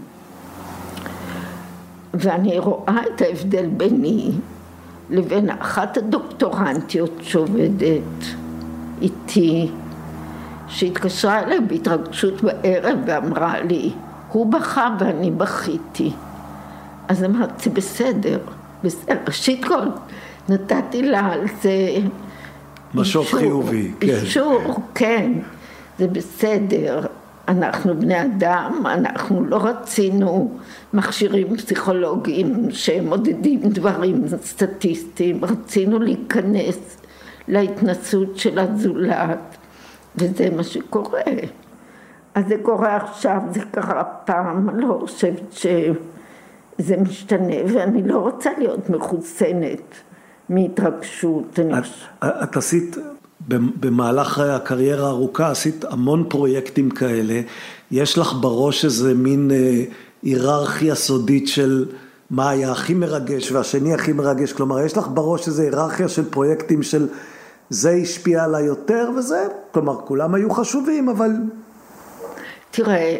ואני רואה את ההבדל ביני לבין אחת הדוקטורנטיות שעובדת איתי, שהתקשרה אליי בהתרגשות בערב ואמרה לי, הוא בכה ואני בכיתי. אז אמרתי, בסדר. ראשית כל, נתתי לה על זה משוב חיובי, כן. אישור, כן, זה בסדר. אנחנו בני אדם, אנחנו לא רצינו מכשירים פסיכולוגיים שמודדים דברים סטטיסטיים, רצינו להיכנס להתנסות של הזולת, וזה מה שקורה. אז זה קורה עכשיו, זה קרה פעם, אני לא חושבת שזה משתנה, ואני לא רוצה להיות מחוסנת מהתרגשות. את עשית, במהלך הקריירה הארוכה, עשית המון פרויקטים כאלה, יש לך בראש איזה מין היררכיה סודית של מה היה הכי מרגש והשני הכי מרגש, כלומר יש לך בראש איזה היררכיה של פרויקטים של זה השפיע עליי יותר וזה, כלומר כולם היו חשובים, אבל... תראה,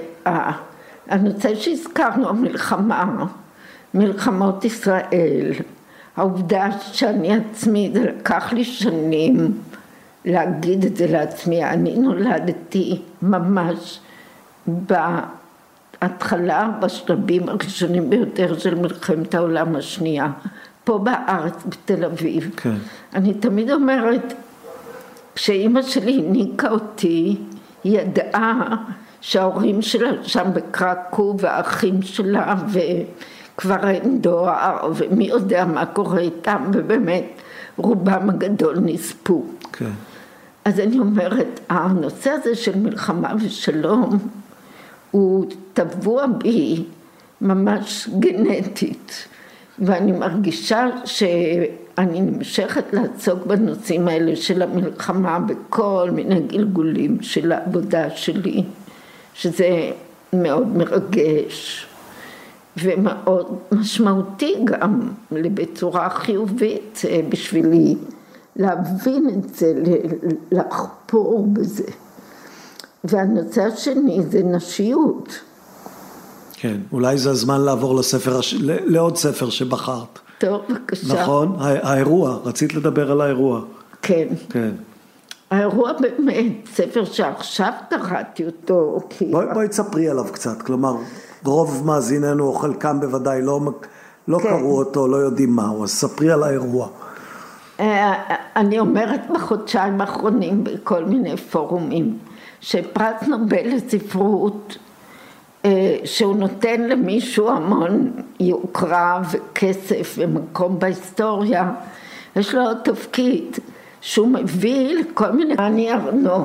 הנושא שהזכרנו, המלחמה, מלחמות ישראל, העובדה שאני עצמי, זה לקח לי שנים להגיד את זה לעצמי. אני נולדתי ממש בהתחלה, בשלבים הראשונים ביותר של מלחמת העולם השנייה, פה בארץ, בתל אביב. כן. אני תמיד אומרת, כשאימא שלי הניקה אותי, היא ידעה שההורים שלה שם בקרקו, והאחים שלה, וכבר אין דואר, ומי יודע מה קורה איתם, ובאמת רובם הגדול נספו. כן. אז אני אומרת, הנושא הזה של מלחמה ושלום, הוא טבוע בי ממש גנטית, ואני מרגישה שאני נמשכת לעסוק בנושאים האלה של המלחמה בכל מיני גלגולים של העבודה שלי, שזה מאוד מרגש ומאוד משמעותי גם בצורה חיובית בשבילי להבין את זה, לחפור בזה. והנושא השני זה נשיות. כן, אולי זה הזמן לעבור לעוד ספר שבחרת. טוב, בבקשה. נכון, האירוע, רצית לדבר על האירוע. כן. כן. האירוע באמת, ספר שעכשיו קראתי אותו. בואי תספרי עליו קצת, כלומר, רוב מאזיננו או חלקם בוודאי לא קראו אותו, לא יודעים מהו, אז ספרי על האירוע. אני אומרת בחודשיים האחרונים בכל מיני פורומים, שפרס נובל לספרות, שהוא נותן למישהו המון יוקרה וכסף ומקום בהיסטוריה, יש לו תפקיד שהוא מביא לכל מיני... אני ארנו.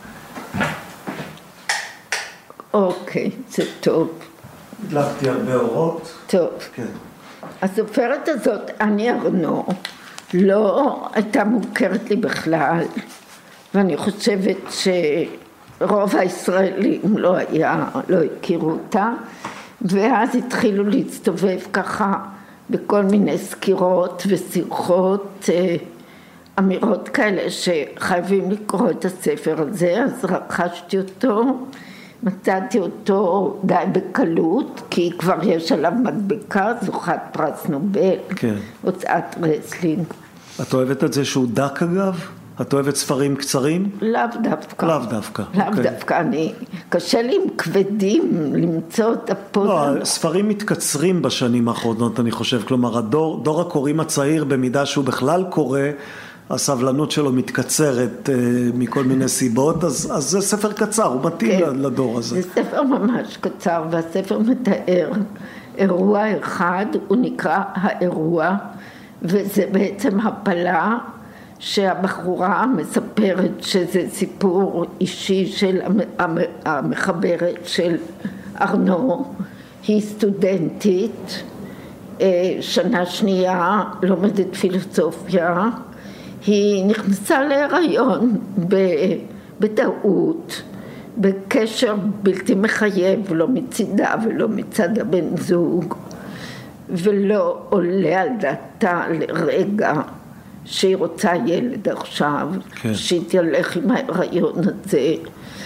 אוקיי, זה טוב. הדלקתי הרבה אורות. טוב. כן. הסופרת הזאת, אני ארנו, לא הייתה מוכרת לי בכלל, ואני חושבת שרוב הישראלים לא הכירו אותה, ואז התחילו להסתובב ככה בכל מיני סקירות ושיחות, אמירות כאלה שחייבים לקרוא את הספר הזה, אז רכשתי אותו, מצאתי אותו די בקלות, כי כבר יש עליו מדבקה, זוכת פרס נובל, כן. הוצאת רסלינג. את אוהבת את זה שהוא דק אגב? את אוהבת ספרים קצרים? לאו דווקא. לאו דווקא. לאו דווקא, קשה לי עם כבדים למצוא את הפוד. לא, ספרים מתקצרים בשנים האחרונות, אני חושב, כלומר, דור הקוראים הצעיר, במידה שהוא בכלל קורא, הסבלנות שלו מתקצרת מכל מיני סיבות, אז זה ספר קצר, הוא מתאים כן. לדור הזה. זה ספר ממש קצר, והספר מתאר אירוע אחד, הוא נקרא האירוע, וזה בעצם הפלה שהבחורה מספרת שזה סיפור אישי של המחברת של ארנו, היא סטודנטית, שנה שנייה, לומדת פילוסופיה, היא נכנסה להיריון בטעות, בקשר בלתי מחייב, לא מצידה ולא מצד הבן זוג, ולא עולה על דעתה לרגע שהיא רוצה ילד עכשיו, כן. שהיא תלך עם ההיריון הזה,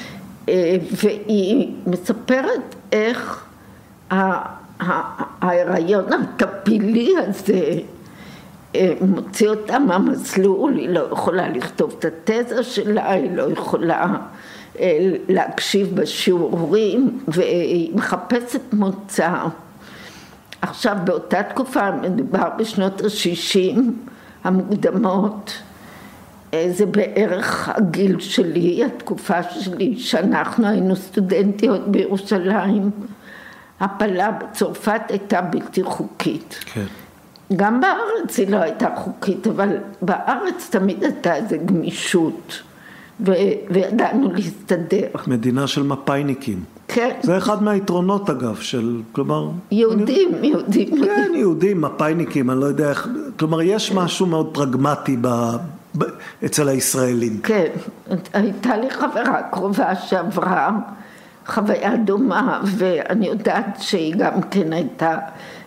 והיא מספרת איך ההיריון הטפילי הזה מוציא אותה מהמסלול, היא לא יכולה לכתוב את התזה שלה, היא לא יכולה להקשיב בשיעורים, והיא מחפשת מוצא. עכשיו באותה תקופה, מדובר בשנות ה-60 המוקדמות, זה בערך הגיל שלי, התקופה שלי, שאנחנו היינו סטודנטיות בירושלים, הפלה בצרפת הייתה בלתי חוקית. כן. גם בארץ היא לא הייתה חוקית, אבל בארץ תמיד הייתה איזו גמישות, וידענו להסתדר. מדינה של מפאיניקים. כן. זה אחד מהיתרונות אגב, של, כלומר... יהודים. כן, יהודים, מפאיניקים, אני לא יודע איך, כלומר, יש משהו מאוד פרגמטי אצל הישראלים. כן, הייתה לי חברה קרובה שעברה חוויה דומה, ואני יודעת שהיא גם כן הייתה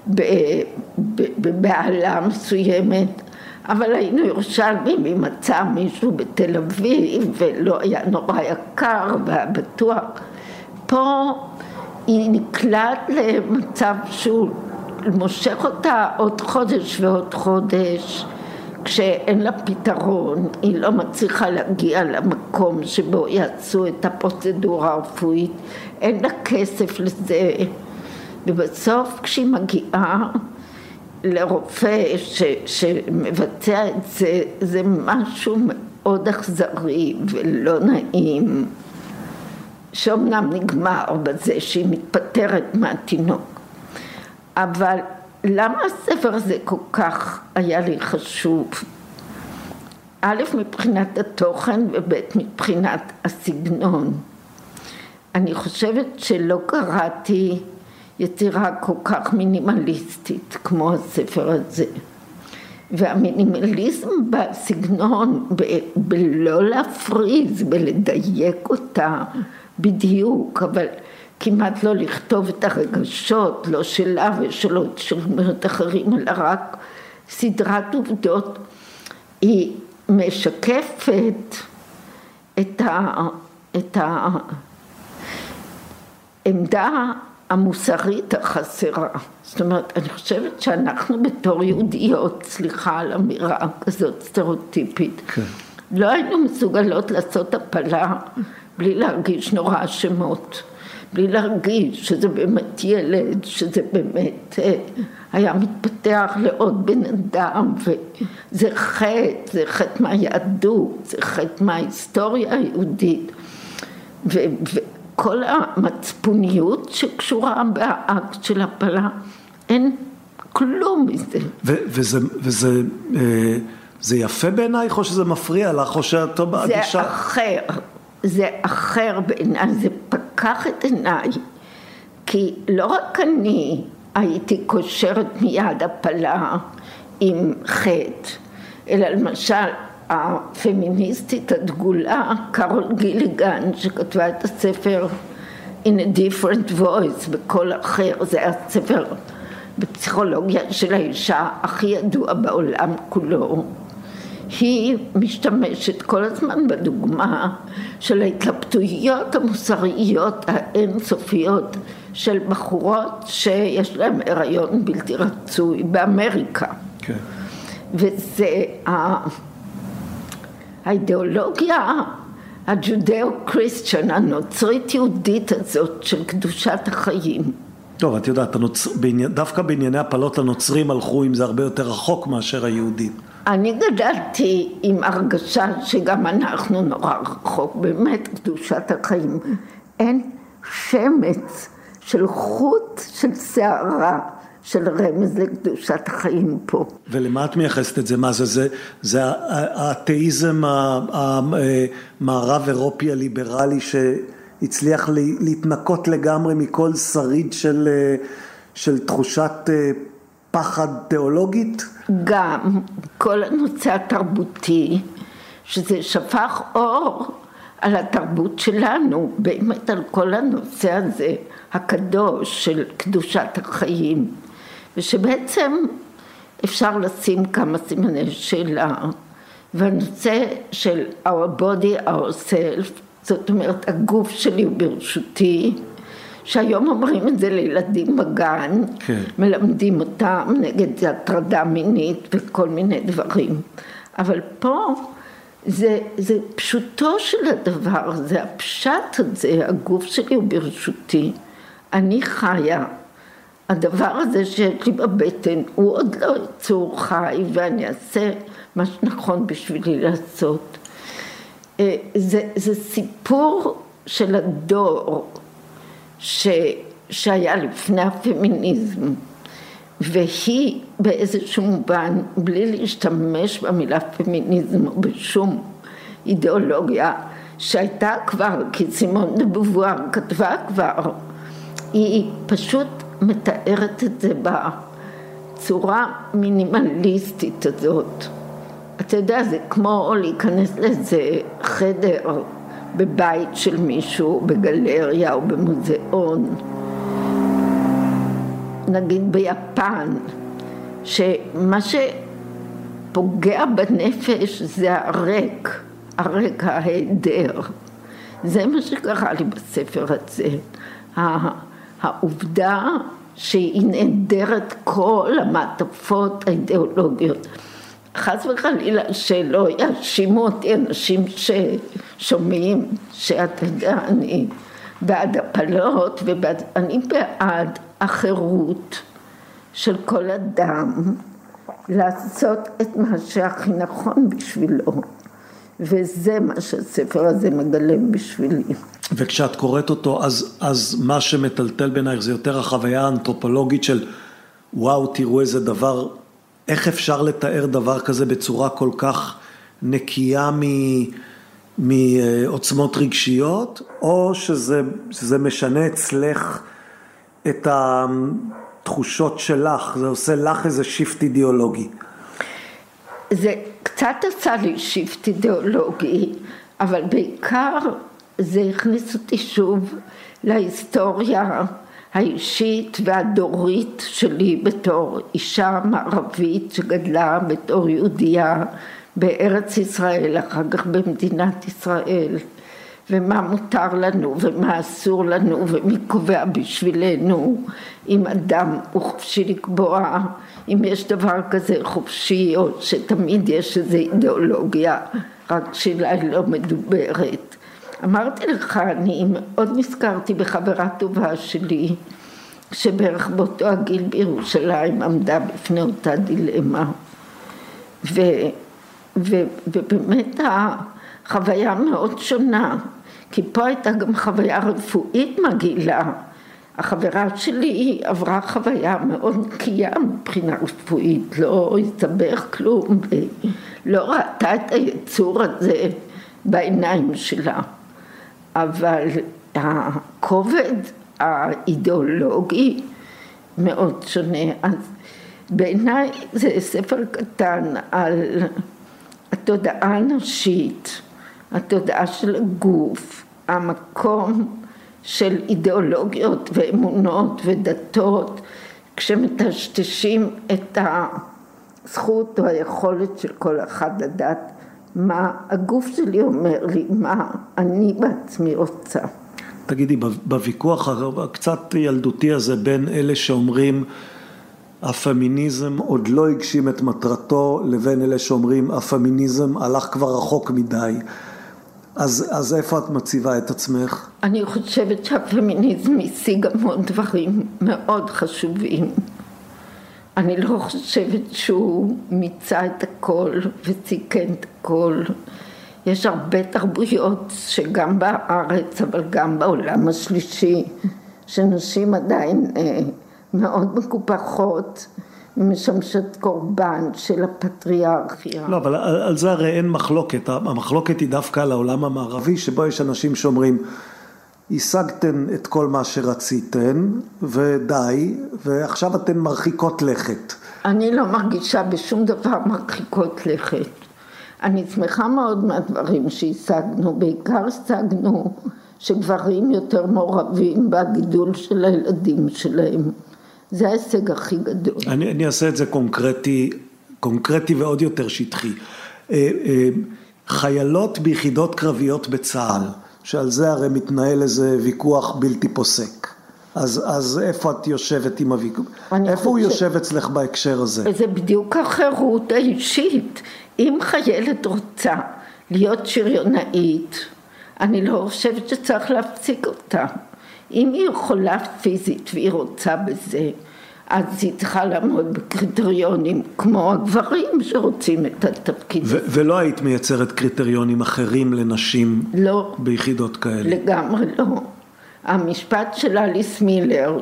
בבעלה מסוימת, אבל היינו ירושלמים, היא מצאה מישהו בתל אביב, ולא היה נורא יקר ובטוח. פה היא נקלט למצב שהוא מושך אותה עוד חודש ועוד חודש, כשאין לה פתרון, היא לא מצליחה להגיע למקום שבו יעשו את הפרוצדורה הרפואית, אין לה כסף לזה, ובסוף כשהיא מגיעה לרופא שמבצע את זה, זה משהו מאוד אכזרי ולא נעים, שאומנם נגמר בזה שהיא מתפטרת מהתינוק. אבל למה הספר הזה כל כך היה לי חשוב? א', מבחינת התוכן, וב', מבחינת הסגנון. אני חושבת שלא קראתי יצירה כל כך מינימליסטית כמו הספר הזה. והמינימליזם בסגנון, בלא להפריז, בלדייק אותה בדיוק, אבל כמעט לא לכתוב את הרגשות, לא שלה ושלו של דמויות אחרים, אלא רק סדרת עובדות. היא משקפת את העמדה המוסרית החסרה. זאת אומרת, אני חושבת שאנחנו בתור יהודיות, סליחה על אמירה כזאת סטריאוטיפית, כן. לא היינו מסוגלות לעשות הפלה בלי להרגיש נורא אשמות, בלי להרגיש שזה באמת ילד, שזה באמת היה מתפתח לעוד בן אדם, וזה חטא מהיהדות, זה חטא מההיסטוריה היהודית, וכל המצפוניות שקשורה באקט של הפלה, אין כלום מזה. וזה יפה בעינייך, או שזה מפריע לך, או שאת הגישה? זה אחר בעיניי, זה פקח את עיניי, כי לא רק אני הייתי קושרת מיד הפלה עם חטא, אלא למשל הפמיניסטית הדגולה קארול גיליגן, שכתבה את הספר In a Different Voice, בקול אחר, זה היה ספר בפסיכולוגיה של האישה הכי ידוע בעולם כולו. היא משתמשת כל הזמן בדוגמה של ההתלבטויות המוסריות האינסופיות של בחורות שיש להם הריון בלתי רצוי באמריקה. כן. וזה האידיאולוגיה הג'ודאו-קריסטיאן, הנוצרית יהודית הזאת של קדושת החיים. טוב, את יודעת, דווקא בענייני הפלות הנוצרים הלכו עם זה הרבה יותר רחוק מאשר היהודים. אני גדלתי עם הרגשה שגם אנחנו נורא רחוק, באמת קדושת החיים. אין שמץ של חוט של שערה של רמז לקדושת החיים פה. ולמה את מייחסת את זה? מה זה? זה האתאיזם המערב אירופי הליברלי שהצליח להתנקות לגמרי מכל שריד של תחושת פחד תיאולוגית? גם כל הנושא התרבותי, שזה שפך אור על התרבות שלנו, באמת על כל הנושא הזה הקדוש של קדושת החיים, ושבעצם אפשר לשים כמה סימני שאלה, והנושא של our body, ourself, זאת אומרת הגוף שלי הוא ברשותי, שהיום אומרים את זה לילדים בגן, כן. מלמדים אותם נגד הטרדה מינית וכל מיני דברים. אבל פה זה פשוטו של הדבר, זה הפשט הזה, הגוף שלי הוא ברשותי. אני חיה. הדבר הזה שיש לי בבטן הוא עוד לא יצור חי, ואני אעשה מה שנכון בשבילי לעשות. זה סיפור של הדור שהיה לפני הפמיניזם, והיא באיזשהו מובן, בלי להשתמש במילה פמיניזם או בשום אידיאולוגיה שהייתה כבר, כי סימון דה בובואר כתבה כבר, היא פשוט מתארת את זה בצורה מינימליסטית הזאת. אתה יודע, זה כמו להיכנס לאיזה חדר בבית של מישהו, בגלריה או במוזיאון. נגיד ביפן, שמה שפוגע בנפש זה הרק ההיעדר. זה מה שקרה לי בספר הזה. העובדה שהיא נעדרת כל המעטפות האידיאולוגיות. חס וחלילה שלא יאשימו אותי אנשים ששומעים שאתה יודע, אני בעד הפלות ואני בעד החירות של כל אדם לעשות את מה שהכי נכון בשבילו, וזה מה שהספר הזה מגלם בשבילי. וכשאת קוראת אותו, אז מה שמטלטל בעינייך זה יותר החוויה האנתרופולוגית של וואו, תראו איזה דבר, איך אפשר לתאר דבר כזה בצורה כל כך נקייה מעוצמות רגשיות, או שזה משנה אצלך את התחושות שלך, זה עושה לך איזה שיפט אידיאולוגי? זה קצת עשה לי שיפט אידיאולוגי, אבל בעיקר זה הכניס אותי שוב להיסטוריה האישית והדורית שלי בתור אישה מערבית שגדלה בתור יהודייה בארץ ישראל, אחר כך במדינת ישראל, ומה מותר לנו ומה אסור לנו ומי קובע בשבילנו, אם אדם הוא חופשי לקבוע, אם יש דבר כזה חופשי או שתמיד יש איזו אידיאולוגיה, רק שאולי לא מדוברת. אמרתי לך, אני מאוד נזכרתי בחברה טובה שלי, שבערך באותו הגיל בירושלים עמדה בפני אותה דילמה. ובאמת החוויה מאוד שונה, כי פה הייתה גם חוויה רפואית מגעילה. החברה שלי עברה חוויה מאוד נקייה מבחינה רפואית, לא הסתבך כלום, לא ראתה את היצור הזה בעיניים שלה. אבל הכובד האידיאולוגי מאוד שונה. אז בעיניי זה ספר קטן על התודעה הנשית, התודעה של הגוף, המקום של אידיאולוגיות ואמונות ודתות, כשמטשטשים את הזכות או היכולת של כל אחד לדעת מה הגוף שלי אומר לי, מה אני בעצמי רוצה. תגידי, בוויכוח הקצת ילדותי הזה בין אלה שאומרים הפמיניזם עוד לא הגשים את מטרתו, לבין אלה שאומרים הפמיניזם הלך כבר רחוק מדי, אז איפה את מציבה את עצמך? אני חושבת שהפמיניזם השיג המון דברים מאוד חשובים. אני לא חושבת שהוא מיצה את הכל וסיכן את הכל. יש הרבה תרבויות שגם בארץ אבל גם בעולם השלישי, שנשים עדיין מאוד מקופחות ומשמשות קורבן של הפטריארכיה. לא, אבל על זה הרי אין מחלוקת. המחלוקת היא דווקא על העולם המערבי, שבו יש אנשים שאומרים, השגתן את כל מה שרציתן ודי, ועכשיו אתן מרחיקות לכת. אני לא מרגישה בשום דבר מרחיקות לכת. אני שמחה מאוד מהדברים שהשגנו, בעיקר השגנו שגברים יותר מעורבים בגידול של הילדים שלהם. זה ההישג הכי גדול. אני אעשה את זה קונקרטי ועוד יותר שטחי. חיילות ביחידות קרביות בצה"ל, שעל זה הרי מתנהל איזה ויכוח בלתי פוסק. אז איפה את יושבת עם הוויכוח? איפה הוא יושב אצלך בהקשר הזה? זה בדיוק החירות האישית. אם חיילת רוצה להיות שריונאית, אני לא חושבת שצריך להפסיק אותה. אם היא יכולה פיזית והיא רוצה בזה, אז היא צריכה לעמוד בקריטריונים כמו הגברים שרוצים את התפקיד. ולא היית מייצרת קריטריונים אחרים לנשים לא, ביחידות כאלה? לגמרי לא. המשפט של אליס מילר,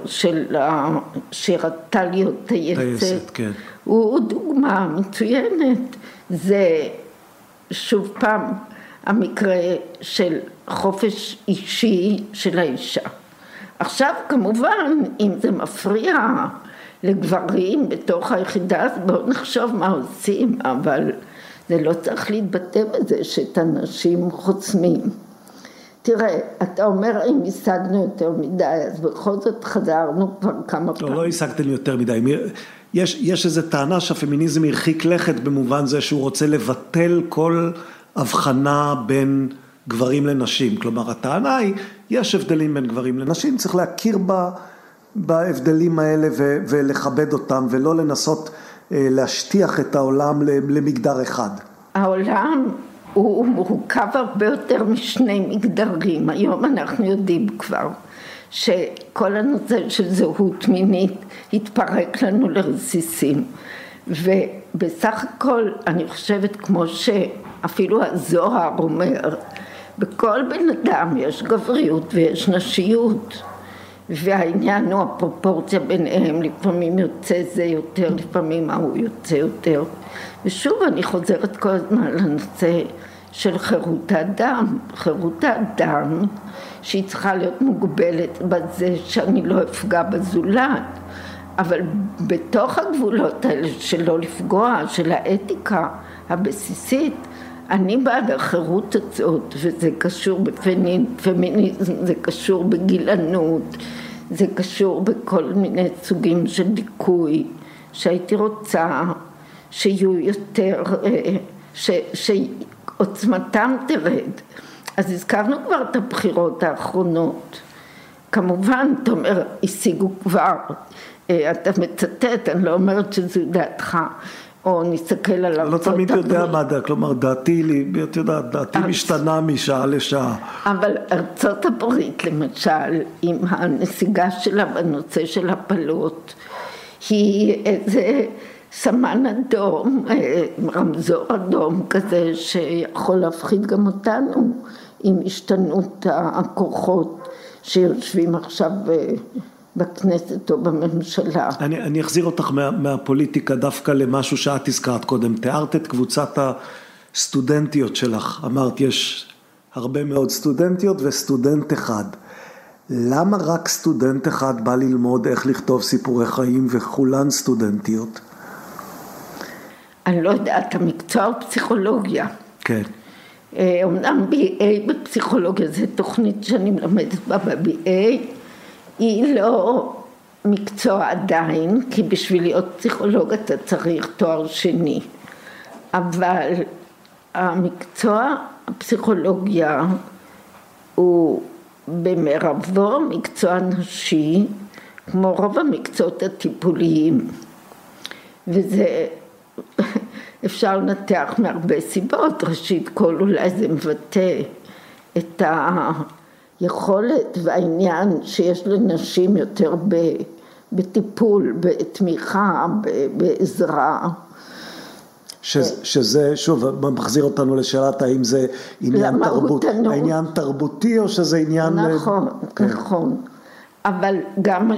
שראתה להיות טייסת, כן. הוא דוגמה מצוינת. זה שוב פעם המקרה של חופש אישי של האישה. עכשיו כמובן אם זה מפריע לגברים בתוך היחידה, אז בואו נחשוב מה עושים, אבל זה לא צריך להתבטא בזה שאת הנשים חוסמים. תראה, אתה אומר אם השגנו יותר מדי, אז בכל זאת חזרנו כבר כמה פעמים. לא השגתם יותר מדי. יש איזו טענה שהפמיניזם הרחיק לכת במובן זה שהוא רוצה לבטל כל הבחנה בין גברים לנשים. כלומר, הטענה היא, יש הבדלים בין גברים לנשים, צריך להכיר בהבדלים האלה ולכבד אותם, ולא לנסות להשטיח את העולם למגדר אחד. העולם הוא מורכב הרבה יותר משני מגדרים. היום אנחנו יודעים כבר שכל הנושא של זהות מינית התפרק לנו לרסיסים. ובסך הכל אני חושבת, כמו שאפילו הזוהר אומר, בכל בן אדם יש גבריות ויש נשיות, והעניין הוא הפרופורציה ביניהם, לפעמים יוצא זה יותר, לפעמים ההוא יוצא יותר. ושוב אני חוזרת כל הזמן לנושא של חירות האדם. חירות האדם שהיא צריכה להיות מוגבלת בזה שאני לא אפגע בזולת, אבל בתוך הגבולות האלה של לא לפגוע, של האתיקה הבסיסית, אני בעד החירות הזאת, וזה קשור בפמיניזם, זה קשור בגילנות, זה קשור בכל מיני סוגים של דיכוי, שהייתי רוצה שיהיו יותר, שעוצמתם תרד. אז הזכרנו כבר את הבחירות האחרונות. כמובן, אתה אומר, השיגו כבר, אתה מצטט, אני לא אומרת שזו דעתך, או נסתכל על ארצות הברית. לא תמיד יודע מה דעה, כלומר דעתי משתנה משעה לשעה. אבל ארצות הברית למשל, עם הנסיגה שלה בנושא של הפלות, היא איזה סמן אדום, רמזור אדום כזה שיכול להפחיד גם אותנו עם השתנות הכוחות שיושבים עכשיו בכנסת או בממשלה. אני אחזיר אותך מהפוליטיקה דווקא למשהו שאת הזכרת קודם. תיארת את קבוצת הסטודנטיות שלך. אמרת, יש הרבה מאוד סטודנטיות וסטודנט אחד. למה רק סטודנט אחד בא ללמוד איך לכתוב סיפורי חיים וכולן סטודנטיות? אני לא יודעת, המקצוע הוא פסיכולוגיה. כן. אומנם BA בפסיכולוגיה, זו תוכנית שאני מלמדת בה ב-BA, היא לא מקצוע עדיין, כי בשביל להיות פסיכולוג אתה צריך תואר שני. אבל המקצוע הפסיכולוגיה הוא במרבו מקצוע נשי, כמו רוב המקצועות הטיפוליים. וזה אפשר לנתח מהרבה סיבות. ראשית כל, אולי זה מבטא את היכולת והעניין שיש לנשים יותר בטיפול, בתמיכה, בעזרה. שזה, שוב, מחזיר אותנו לשאלת האם זה עניין תרבותי או שזה עניין... נכון, נכון. אבל גם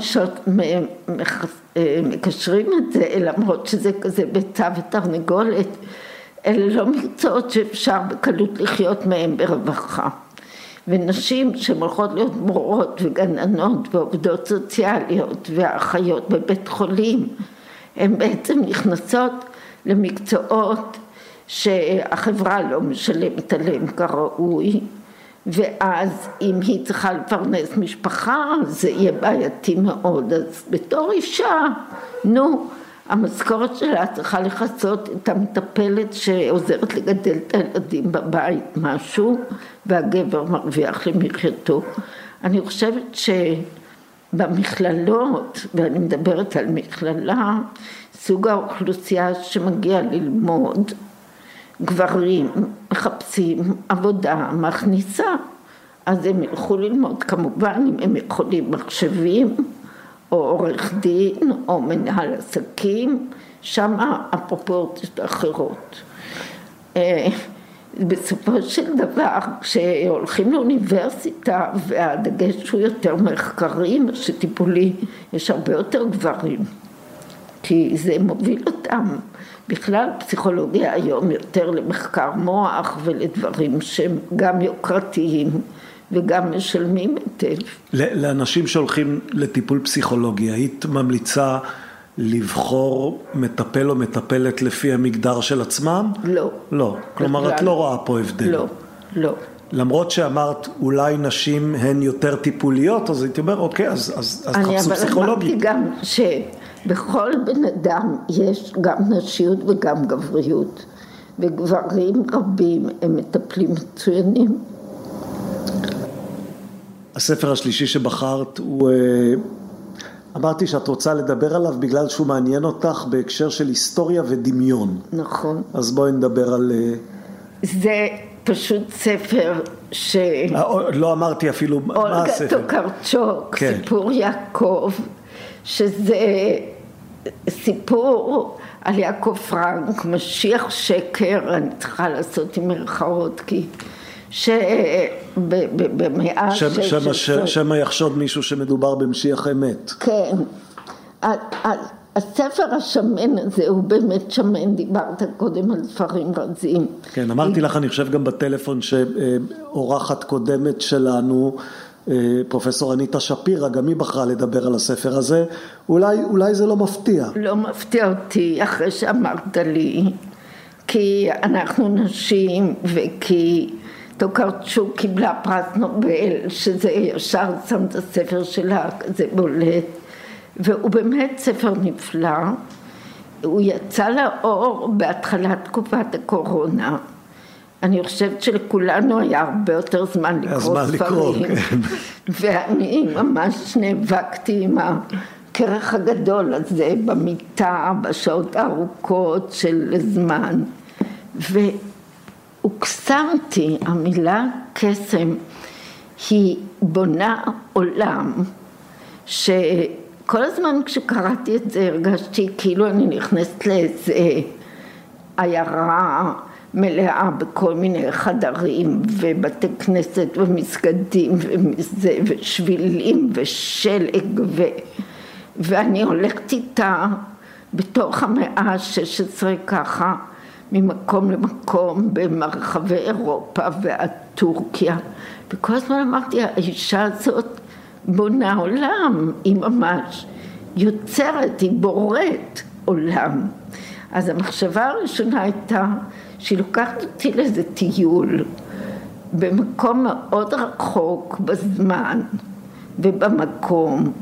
מקשרים את זה, למרות שזה כזה ביצה ותרנגולת, אלה לא מקצועות שאפשר בקלות לחיות מהם ברווחה. ונשים שהולכות להיות מורות וגננות ועובדות סוציאליות ואחיות בבית חולים, הן בעצם נכנסות למקצועות שהחברה לא משלמת עליהם כראוי, ואז אם היא צריכה לפרנס משפחה, זה יהיה בעייתי מאוד. אז בתור אישה, המשכורת שלה צריכה לחסות את המטפלת שעוזרת לגדל את הילדים בבית משהו, והגבר מרוויח למחייתו. אני חושבת שבמכללות, ואני מדברת על מכללה, סוג האוכלוסייה שמגיע ללמוד, גברים מחפשים עבודה מכניסה, אז הם ילכו ללמוד, כמובן אם הם יכולים מחשבים, או עורך דין, או מנהל עסקים, שם הפרופורציות אחרות. בסופו של דבר, כשהולכים לאוניברסיטה, והדגש הוא יותר מחקרי, שטיפולי, יש הרבה יותר גברים, כי זה מוביל אותם. בכלל פסיכולוגיה היום יותר למחקר מוח ולדברים שהם גם יוקרתיים וגם משלמים היטב. לאנשים שהולכים לטיפול פסיכולוגי, היית ממליצה לבחור מטפל או מטפלת לפי המגדר של עצמם? לא. לא, כלומר את לא רואה פה הבדל. לא, לא. למרות שאמרת אולי נשים הן יותר טיפוליות, אז הייתי אומר אוקיי, אז תחפשו פסיכולוגי. אני אבל אמרתי גם בכל בן אדם יש גם נשיות וגם גבריות, וגברים רבים הם מטפלים מצוינים. הספר השלישי שבחרת הוא אמרתי שאת רוצה לדבר עליו בגלל שהוא מעניין אותך בהקשר של היסטוריה ודמיון. נכון. אז בואי נדבר על... זה פשוט ספר ש... לא אמרתי אפילו מה הספר. אולגה טוקרצ'וק, כן. סיפור יעקב, שזה סיפור על יעקב פרנק, משיח שקר, אני צריכה לעשות עם מרכאות, כי שבמאה ה-16... שמה יחשוד מישהו שמדובר במשיח אמת. כן. הספר השמן הזה הוא באמת שמן, דיברת קודם על ספרים רזים. כן, אמרתי לך, אני חושב גם בטלפון שאורחת קודמת שלנו, פרופסור אניטה שפירא, גם היא בחרה לדבר על הספר הזה. אולי זה לא מפתיע. לא מפתיע אותי אחרי שאמרת לי, כי אנחנו נשים וכי טוקרצ'וק קיבלה פרס נובל, שזה ישר שם את הספר שלה, זה בולט. והוא באמת ספר נפלא, הוא יצא לאור בהתחלת תקופת הקורונה. אני חושבת שלכולנו היה הרבה יותר זמן לקרוא ספרים, ואני ממש נאבקתי עם הכרך הגדול הזה במיטה, בשעות הארוכות של זמן, והוקסמתי, המילה קסם היא בונה עולם, כל הזמן כשקראתי את זה הרגשתי כאילו אני נכנסת לאיזה עיירה מלאה בכל מיני חדרים ובתי כנסת ומסגדים ושבילים ושלג ואני הולכת איתה בתוך המאה ה-16 ככה ממקום למקום במרחבי אירופה ועד טורקיה, וכל הזמן אמרתי האישה הזאת בונה עולם, היא ממש יוצרת, היא בוראת עולם. אז המחשבה הראשונה הייתה שהיא לוקחת אותי לאיזה טיול במקום מאוד רחוק בזמן ובמקום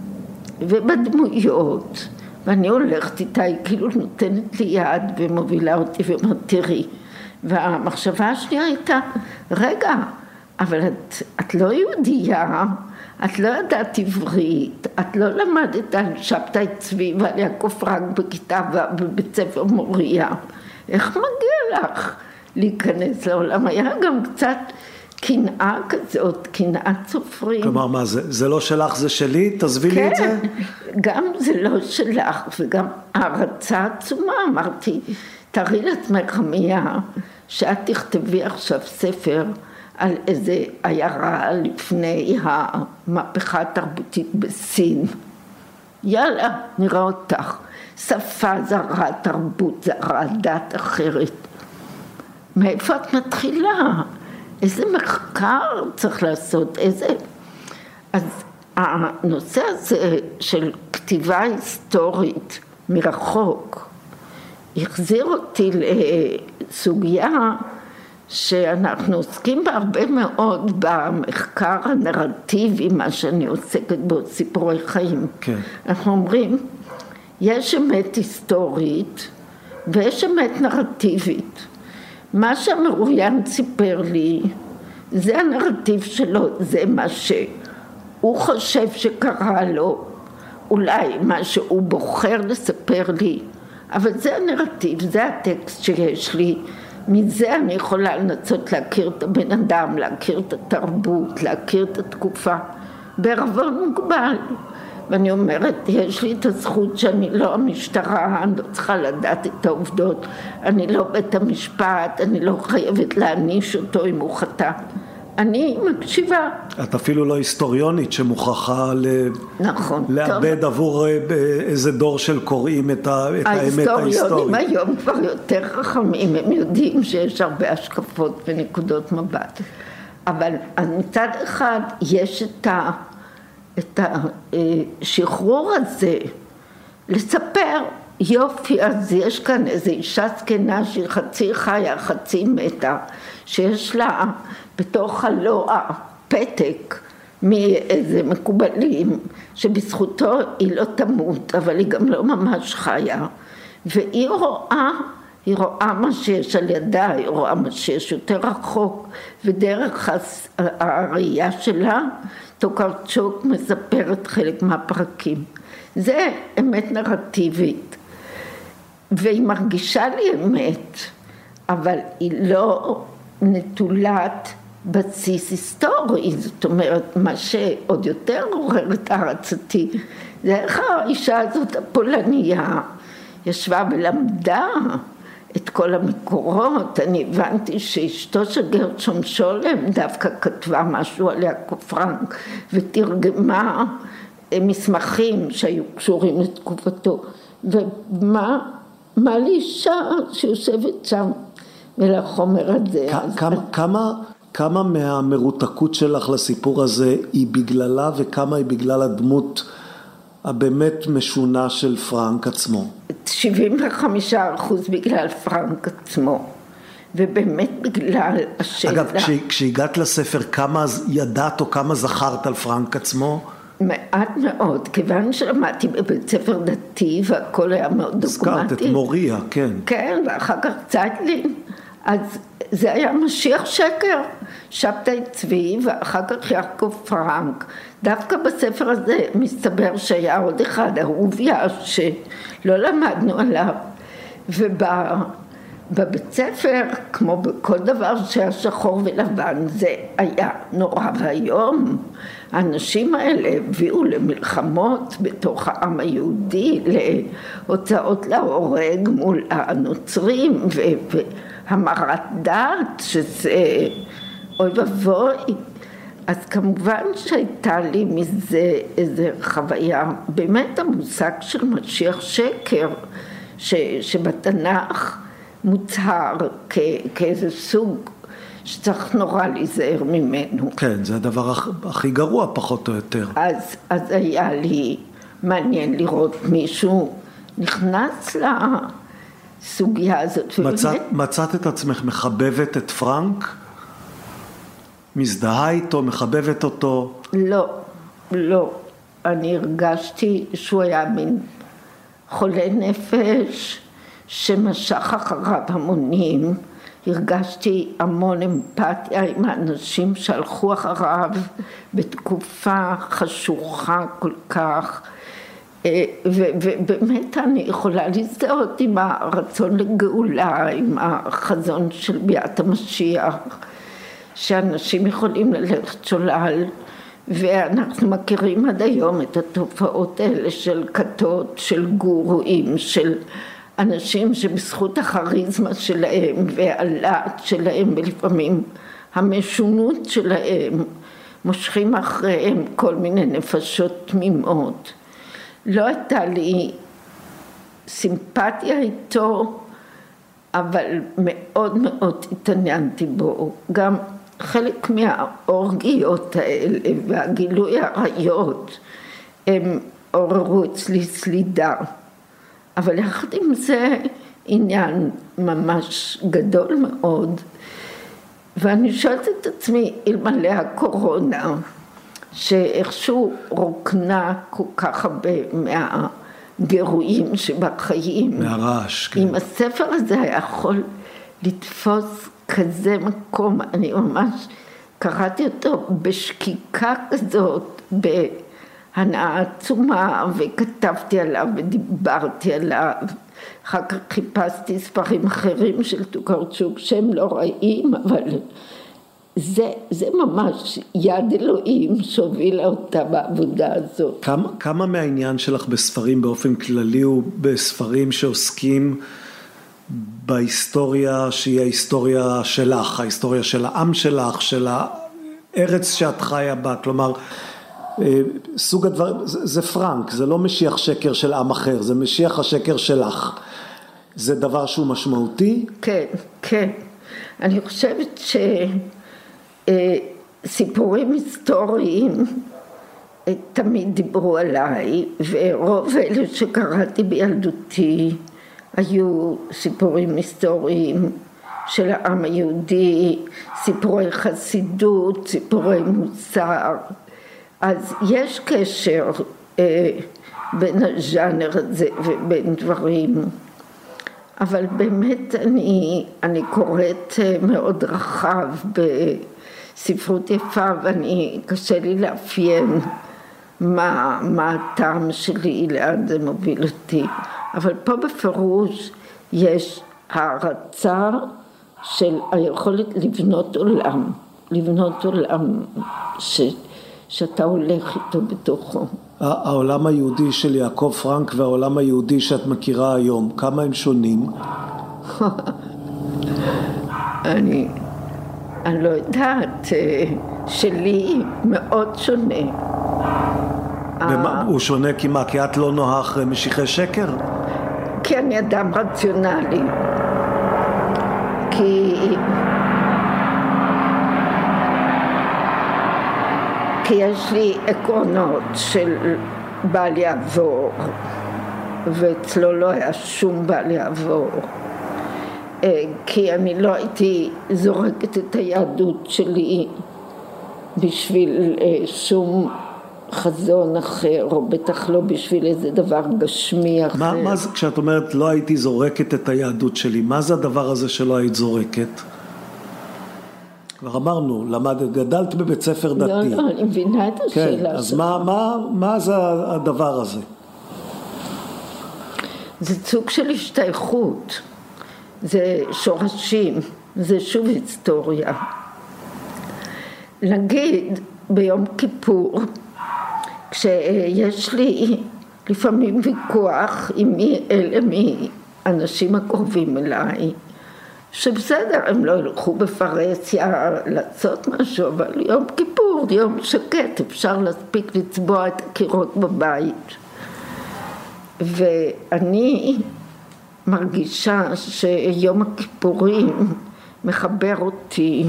ובדמויות, ואני הולכת איתה, היא כאילו נותנת לי יד ומובילה אותי ואומרת תראי. והמחשבה השנייה הייתה, רגע, אבל את לא יהודייה, את לא ידעת עברית, את לא למדת על שבתאי צבי ועל יעקב פרנק בכיתה בבית ספר מוריה. איך מגיע לך להיכנס לעולם? היה גם קצת קנאה כזאת, קנאת סופרים. כלומר, מה זה לא שלך, זה שלי? תעזבי לי את זה? כן, גם זה לא שלך, וגם הערצה עצומה. אמרתי, תראי לעצמך מיה, שאת תכתבי עכשיו ספר על איזה עיירה לפני המהפכה התרבותית בסין. יאללה, נראה אותך. שפה זרה, תרבות זרה, דת אחרת. מאיפה את מתחילה? איזה מחקר צריך לעשות? אז הנושא הזה של כתיבה היסטורית מרחוק החזיר אותי לסוגיה שאנחנו עוסקים בה הרבה מאוד במחקר הנרטיבי, מה שאני עוסקת בו, סיפורי חיים. כן. אנחנו אומרים, יש אמת היסטורית ויש אמת נרטיבית. מה שהמרואיין סיפר לי, זה הנרטיב שלו, זה מה שהוא חושב שקרה לו, אולי מה שהוא בוחר לספר לי, אבל זה הנרטיב, זה הטקסט שיש לי, מזה אני יכולה לנסות להכיר את הבן אדם, להכיר את התרבות, להכיר את התקופה, בערבון מוגבל. ואני אומרת, יש לי את הזכות שאני לא המשטרה, אני לא צריכה לדעת את העובדות, אני לא בית המשפט, אני לא חייבת להעניש אותו אם הוא חטא. אני מקשיבה. את אפילו לא היסטוריונית שמוכרחה נכון, לאבד עבור איזה דור של קוראים את האמת ההיסטורית. ההיסטוריונים היום כבר יותר חכמים, הם יודעים שיש הרבה השקפות ונקודות מבט. אבל מצד אחד יש את השחרור הזה לספר, יופי, אז יש כאן איזו אישה זקנה שהיא חצי חיה, חצי מתה, שיש לה בתוך הלוע פתק מאיזה מקובלים, שבזכותו היא לא תמות, אבל היא גם לא ממש חיה, והיא רואה, היא רואה מה שיש על ידה, היא רואה מה שיש יותר רחוק, ודרך הראייה שלה, טוקרצ'וק מספרת חלק מהפרקים. זה אמת נרטיבית, והיא מרגישה לי אמת, אבל היא לא נטולת בסיס היסטורי. זאת אומרת, מה שעוד יותר עורר את הערצתי, זה איך האישה הזאת הפולניה ישבה ולמדה את כל המקורות. אני הבנתי שאשתו של גרשום שולם דווקא כתבה משהו על יעקב פרנק ותרגמה מסמכים שהיו קשורים לתקופתו. ומה לאישה שיושבת שם ולחומר הזה. כמה מהמרותקות שלך לסיפור הזה היא בגללה וכמה היא בגלל הדמות הבאמת משונה של פרנק עצמו? 75% בגלל פרנק עצמו, ובאמת בגלל השאלה. אגב, כשהגעת לספר, כמה ידעת או כמה זכרת על פרנק עצמו? מעט מאוד, כיוון שלמדתי בבית ספר דתי והכל היה מאוד דוקומטי. הזכרת את מוריה, כן. כן, ואחר כך צייטלין, אז זה היה משיח שקר, שבתאי צבי ואחר כך יעקב פרנק. דווקא בספר הזה מסתבר שהיה עוד אחד, אהוביה, שלא למדנו עליו, ובבית ספר, כמו בכל דבר שהיה שחור ולבן, זה היה נורא והיום. האנשים האלה הביאו למלחמות בתוך העם היהודי, להוצאות להורג מול הנוצרים, והמרת דת, שזה אוי ובוי. אז כמובן שהייתה לי מזה איזו חוויה, באמת המושג של משיח שקר, שבתנ"ך מוצהר כאיזה סוג שצריך נורא להיזהר ממנו. כן, זה הדבר הכי גרוע פחות או יותר. אז היה לי מעניין לראות מישהו נכנס לסוגיה הזאת. מצאת את עצמך מחבבת את פרנק? מזדהה איתו, מחבבת אותו? לא. אני הרגשתי שהוא היה מין חולה נפש שמשך אחריו המונים. הרגשתי המון אמפתיה עם האנשים שהלכו אחריו בתקופה חשוכה כל כך, ובאמת אני יכולה להזדהות עם הרצון לגאולה, עם החזון של ביאת המשיח, שאנשים יכולים ללכת שולל, ואנחנו מכירים עד היום את התופעות האלה של כתות, של גורואים, של אנשים שבזכות הכריזמה שלהם והלהט שלהם ולפעמים המשונות שלהם מושכים אחריהם כל מיני נפשות תמימות. לא הייתה לי סימפתיה איתו, אבל מאוד מאוד התעניינתי בו. גם חלק מהאורגיות האלה והגילוי העריות הם עוררו אצלי סלידה. אבל יחד עם זה עניין ממש גדול מאוד, ואני שואלת את עצמי, אלמלא הקורונה, שאיכשהו רוקנה כל כך הרבה מהגירויים שבחיים, מהרעש, כן. אם הספר הזה היה יכול לתפוס כזה מקום, אני ממש קראתי אותו בשקיקה כזאת, הנאה עצומה, וכתבתי עליו ודיברתי עליו. אחר כך חיפשתי ספרים אחרים של טוקרצ'וק שהם לא רעים, אבל זה ממש יד אלוהים שהובילה אותה בעבודה הזאת. כמה מהעניין שלך בספרים באופן כללי הוא בספרים שעוסקים בהיסטוריה שהיא ההיסטוריה שלך, ההיסטוריה של העם שלך, של הארץ שאת חיה בה, כלומר סוג הדברים, זה פרנק, זה לא משיח שקר של עם אחר, זה משיח השקר שלך. זה דבר שהוא משמעותי? כן, כן. אני חושבת שסיפורים היסטוריים תמיד דיברו עליי, ורוב אלה שקראתי בילדותי היו סיפורים היסטוריים של העם היהודי, סיפורי חסידות, סיפורי מוסר. אז יש קשר בין הז'אנר הזה ובין דברים. אבל באמת אני קוראת מאוד רחב בספרות יפה, ואני קשה לי לאפיין מה הטעם שלי, לאן זה מוביל אותי. אבל פה בפירוש יש הערצה של היכולת לבנות עולם שאתה הולך איתו בתוכו. העולם היהודי של יעקב פרנק והעולם היהודי שאת מכירה היום, כמה הם שונים? אני לא יודעת, שלי מאוד שונה. הוא שונה כי את לא נוהה אחרי משיחי שקר? כי אני אדם רציונלי. כי יש לי עקרונות של בל יעבור, ואצלו לא היה שום בל יעבור. כי אני לא הייתי זורקת את היהדות שלי בשביל שום חזון אחר, או בטח לא בשביל איזה דבר גשמי אחר. מה זה, כשאת אומרת לא הייתי זורקת את היהדות שלי, מה זה הדבר הזה שלא היית זורקת? כבר אמרנו, גדלת בבית ספר דתי. לא, אני מבינה את השאלה. כן, אז מה זה הדבר הזה? זה סוג של השתייכות, זה שורשים, זה שוב היסטוריה. נגיד ביום כיפור, כשיש לי לפעמים ויכוח עם אלה מאנשים הקרובים אליי, שבסדר, הם לא ילכו בפרהסיה לעשות משהו, אבל יום כיפור, יום שקט, אפשר להספיק לצבוע את הקירות בבית. ואני מרגישה שיום הכיפורים מחבר אותי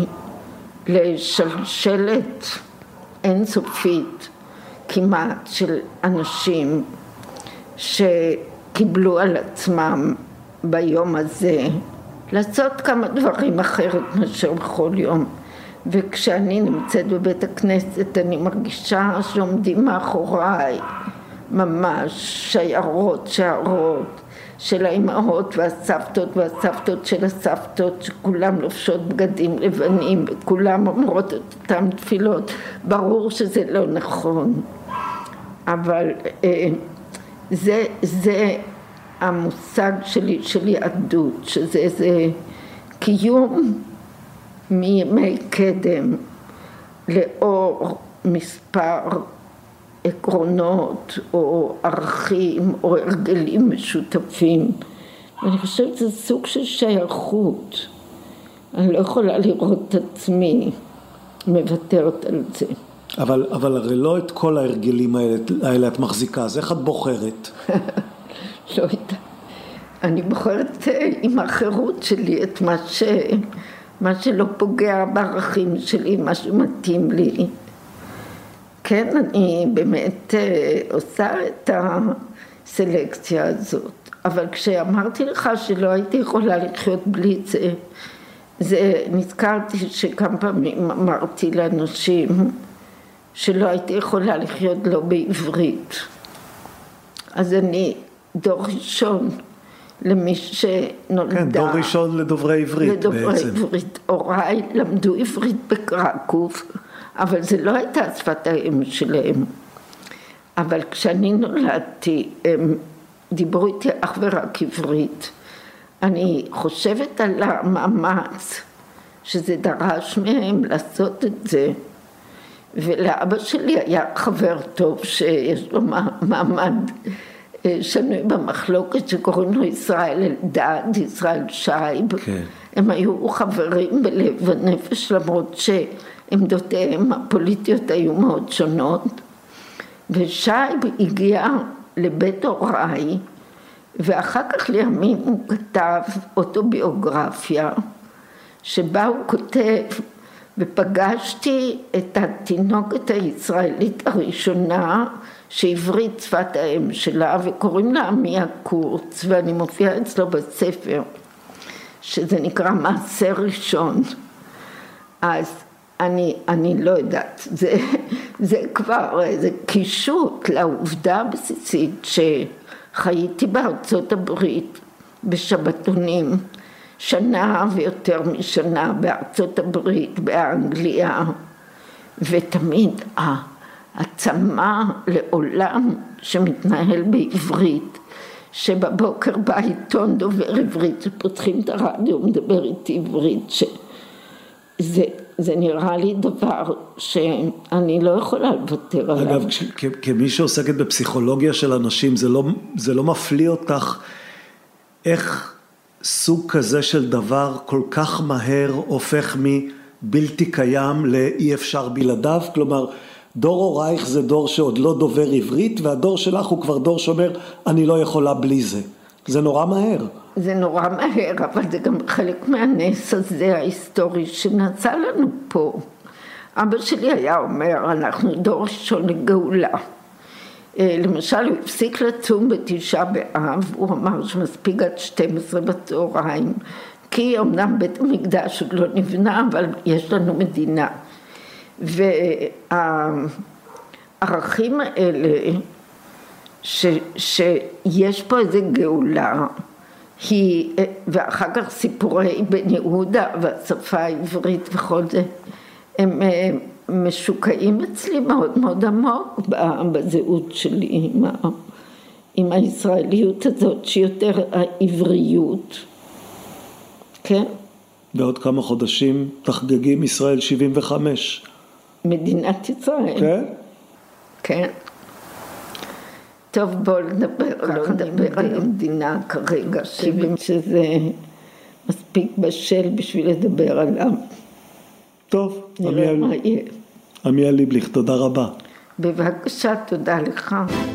לשלשלת אינסופית כמעט של אנשים שקיבלו על עצמם ביום הזה לעשות כמה דברים אחרת מאשר בכל יום. וכשאני נמצאת בבית הכנסת אני מרגישה שעומדים מאחוריי ממש שיירות של האימהות והסבתות של הסבתות, שכולם לובשות בגדים לבנים וכולם אומרות את אותם תפילות. ברור שזה לא נכון, אבל זה המושג שלי של יהדות, שזה איזה קיום מימי קדם לאור מספר עקרונות או ערכים או הרגלים משותפים. אני חושבת שזה סוג של שייכות. אני לא יכולה לראות את עצמי מוותרת על זה. אבל הרי לא את כל ההרגלים האלה את מחזיקה, אז איך את בוחרת? לא יודעת. אני בוחרת עם החירות שלי את מה שלא פוגע בערכים שלי, מה שמתאים לי. כן, אני באמת עושה את הסלקציה הזאת. אבל כשאמרתי לך שלא הייתי יכולה לחיות בלי זה נזכרתי שכמה פעמים אמרתי לאנשים שלא הייתי יכולה לחיות לא בעברית. אז אני דור ראשון למי שנולדה. כן, דור ראשון לדוברי עברית בעצם. לדוברי עברית. הוריי למדו עברית בקרקוב, אבל זה לא הייתה שפת האם שלהם. אבל כשאני נולדתי, הם דיברו איתי אך ורק עברית. אני חושבת על המאמץ שזה דרש מהם לעשות את זה. ולאבא שלי היה חבר טוב שיש לו מעמד שנוי במחלוקת שקוראים לו ישראל אלדד, ישראל שייב. כן. הם היו חברים בלב ונפש למרות שעמדותיהם הפוליטיות היו מאוד שונות. ושייב הגיע לבית הוריי, ואחר כך לימים הוא כתב אוטוביוגרפיה, שבה הוא כותב, ופגשתי את התינוקת הישראלית הראשונה, שעברית שפת האם שלה, וקוראים לה מיה קורץ, ואני מופיעה אצלו בספר, שזה נקרא מעשה ראשון. אז אני לא יודעת, זה כבר איזה קישוט לעובדה הבסיסית שחייתי בארצות הברית בשבתונים, שנה ויותר משנה בארצות הברית, באנגליה, ותמיד העצמה לעולם שמתנהל בעברית, שבבוקר בא עיתון דובר עברית, שפותחים את הרדיו, מדבר איתי עברית, זה נראה לי דבר שאני לא יכולה לוותר עליו. אגב, כמי שעוסקת בפסיכולוגיה של אנשים, זה לא מפליא אותך איך סוג כזה של דבר כל כך מהר הופך מבלתי קיים לאי אפשר בלעדיו? כלומר, דור הורייך זה דור שעוד לא דובר עברית, והדור שלך הוא כבר דור שאומר, אני לא יכולה בלי זה. זה נורא מהר. זה נורא מהר, אבל זה גם חלק מהנס הזה ההיסטורי שנעשה לנו פה. אבא שלי היה אומר, אנחנו דור ראשון לגאולה. למשל, הוא הפסיק לצום בתשעה באב, הוא אמר שמספיק עד 12 בצהריים, כי אמנם בית המקדש עוד לא נבנה, אבל יש לנו מדינה. והערכים האלה, שיש פה איזו גאולה, ואחר כך סיפורי בן יהודה והשפה העברית וכל זה, הם משוקעים אצלי מאוד מאוד עמוק בזהות שלי, עם הישראליות הזאת שהיא יותר העבריות. כן? בעוד כמה חודשים תחגגים ישראל 75. מדינת ישראל. כן? כן. טוב, בואו נדבר על המדינה כרגע, שזה מספיק בשל בשביל לדבר עליו. טוב, נראה מה יהיה. עמיאל ליבליך, תודה רבה. בבקשה, תודה לך.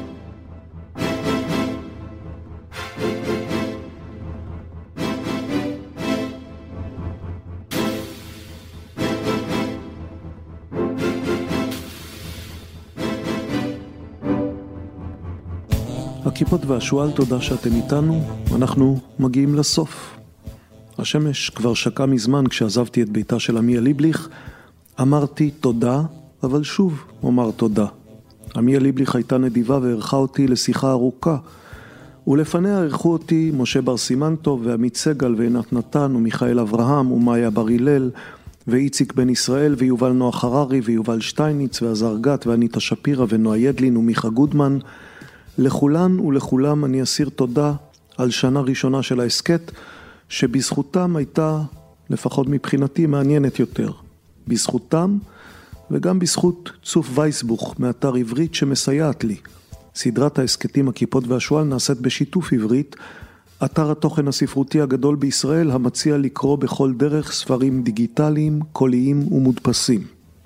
הכיפות והשואל, תודה שאתם איתנו, אנחנו מגיעים לסוף. השמש כבר שקע מזמן כשעזבתי את ביתה של עמיאל ליבליך, אמרתי תודה, אבל שוב אומר תודה. עמיאל ליבליך הייתה נדיבה וערכה אותי לשיחה ארוכה, ולפניה ערכו אותי משה בר סימנטוב ועמית סגל ועינת נתן ומיכאל אברהם ומאיה בר הלל ואיציק בן ישראל ויובל נוח הררי ויובל שטייניץ ועזר גת ואניטה שפירה ונועה ידלין ומיכה גודמן. לכולן ולכולם אני אסיר תודה על שנה ראשונה של העסקת, שבזכותם הייתה, לפחות מבחינתי, מעניינת יותר. בזכותם וגם בזכות צוף וייסבוך מאתר עברית שמסייעת לי. סדרת העסקתים הכיפות והשואל נעשית בשיתוף עברית, אתר התוכן הספרותי הגדול בישראל המציע לקרוא בכל דרך ספרים דיגיטליים, קוליים ומודפסים.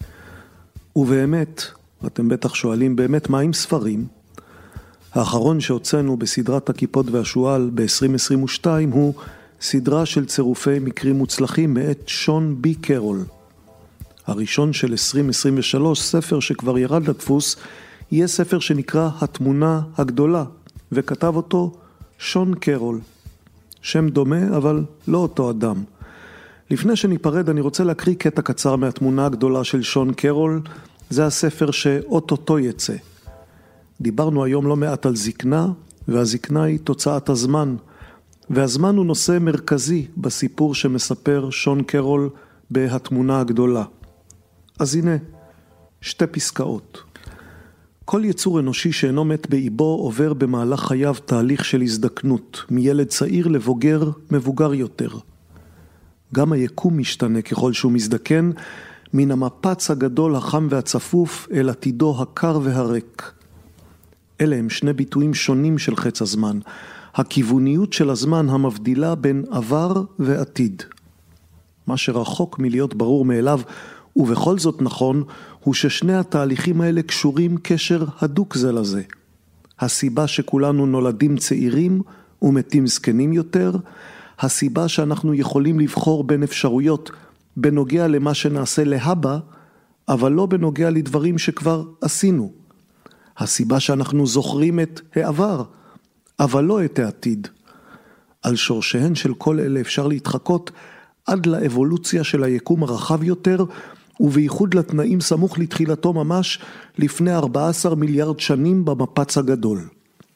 ובאמת, אתם בטח שואלים, באמת מה עם ספרים? האחרון שהוצאנו בסדרת הכיפות והשואל ב-2022 הוא סדרה של צירופי מקרים מוצלחים מאת שון בי קרול. הראשון של 2023, ספר שכבר ירד לדפוס, יהיה ספר שנקרא התמונה הגדולה, וכתב אותו שון קרול. שם דומה, אבל לא אותו אדם. לפני שניפרד, אני רוצה להקריא קטע קצר מהתמונה הגדולה של שון קרול, זה הספר שאוטוטו יצא. דיברנו היום לא מעט על זקנה, והזקנה היא תוצאת הזמן, והזמן הוא נושא מרכזי בסיפור שמספר שון קרול בהתמונה הגדולה. אז הנה, שתי פסקאות. כל יצור אנושי שאינו מת באיבו עובר במהלך חייו תהליך של הזדקנות, מילד צעיר לבוגר מבוגר יותר. גם היקום משתנה ככל שהוא מזדקן, מן המפץ הגדול החם והצפוף אל עתידו הקר והריק. אלה הם שני ביטויים שונים של חץ הזמן, הכיווניות של הזמן המבדילה בין עבר ועתיד. מה שרחוק מלהיות ברור מאליו, ובכל זאת נכון, הוא ששני התהליכים האלה קשורים קשר הדוק זה לזה. הסיבה שכולנו נולדים צעירים ומתים זקנים יותר, הסיבה שאנחנו יכולים לבחור בין אפשרויות בנוגע למה שנעשה להבא, אבל לא בנוגע לדברים שכבר עשינו. הסיבה שאנחנו זוכרים את העבר, אבל לא את העתיד. על שורשיהן של כל אלה אפשר להתחקות עד לאבולוציה של היקום הרחב יותר, ובייחוד לתנאים סמוך לתחילתו ממש לפני 14 מיליארד שנים במפץ הגדול.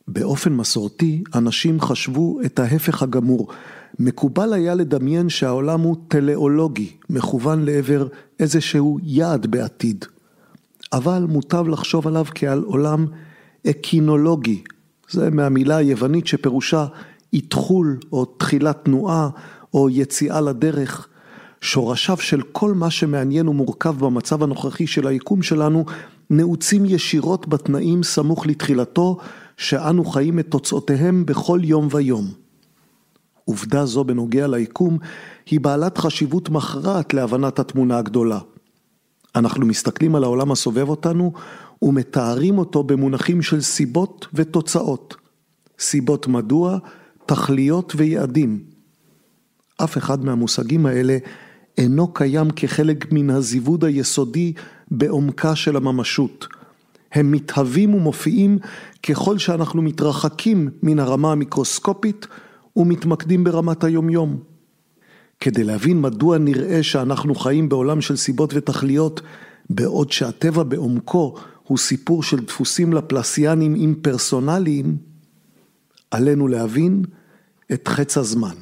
באופן מסורתי, אנשים חשבו את ההפך הגמור. מקובל היה לדמיין שהעולם הוא טלאולוגי, מכוון לעבר איזשהו יעד בעתיד. אבל מוטב לחשוב עליו כעל עולם אקינולוגי. זה מהמילה היוונית שפירושה התחול או תחילת תנועה או יציאה לדרך. שורשיו של כל מה שמעניין ומורכב במצב הנוכחי של היקום שלנו נעוצים ישירות בתנאים סמוך לתחילתו, שאנו חיים את תוצאותיהם בכל יום ויום. עובדה זו בנוגע ליקום היא בעלת חשיבות מכרעת להבנת התמונה הגדולה. אנחנו מסתכלים על העולם הסובב אותנו ומתארים אותו במונחים של סיבות ותוצאות. סיבות מדוע, תכליות ויעדים. אף אחד מהמושגים האלה אינו קיים כחלק מן הזיווד היסודי בעומקה של הממשות. הם מתהווים ומופיעים ככל שאנחנו מתרחקים מן הרמה המיקרוסקופית ומתמקדים ברמת היומיום. כדי להבין מדוע נראה שאנחנו חיים בעולם של סיבות ותכליות, בעוד שהטבע בעומקו הוא סיפור של דפוסים לפלסיאנים אימפרסונליים, עלינו להבין את חץ הזמן.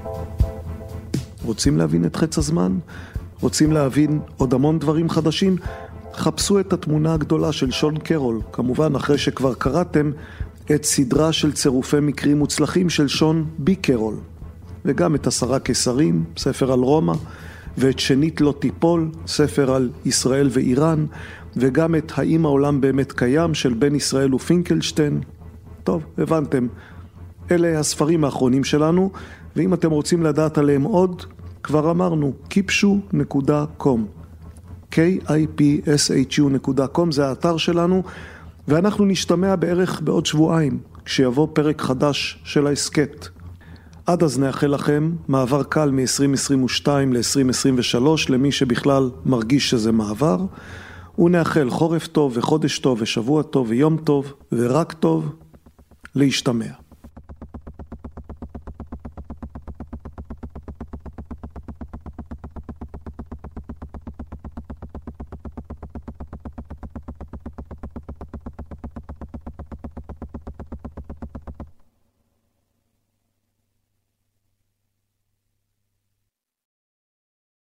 רוצים להבין את חץ הזמן? רוצים להבין עוד המון דברים חדשים? חפשו את התמונה הגדולה של שון קרול, כמובן אחרי שכבר קראתם את סדרה של צירופי מקרים מוצלחים של שון בי קרול, וגם את 10 קיסרים, ספר על רומא, ואת שנית לא תיפול, ספר על ישראל ואיראן, וגם את האם העולם באמת קיים של בן ישראל ופינקלשטיין. טוב, הבנתם. אלה הספרים האחרונים שלנו, ואם אתם רוצים לדעת עליהם עוד, כבר אמרנו, kipshu.com. kipshu.com זה האתר שלנו, ואנחנו נשתמע בערך בעוד שבועיים, כשיבוא פרק חדש של ההסקט. עד אז נאחל לכם מעבר קל מ-2022 ל-2023, למי שבכלל מרגיש שזה מעבר, ונאחל חורף טוב וחודש טוב ושבוע טוב ויום טוב ורק טוב, להשתמע.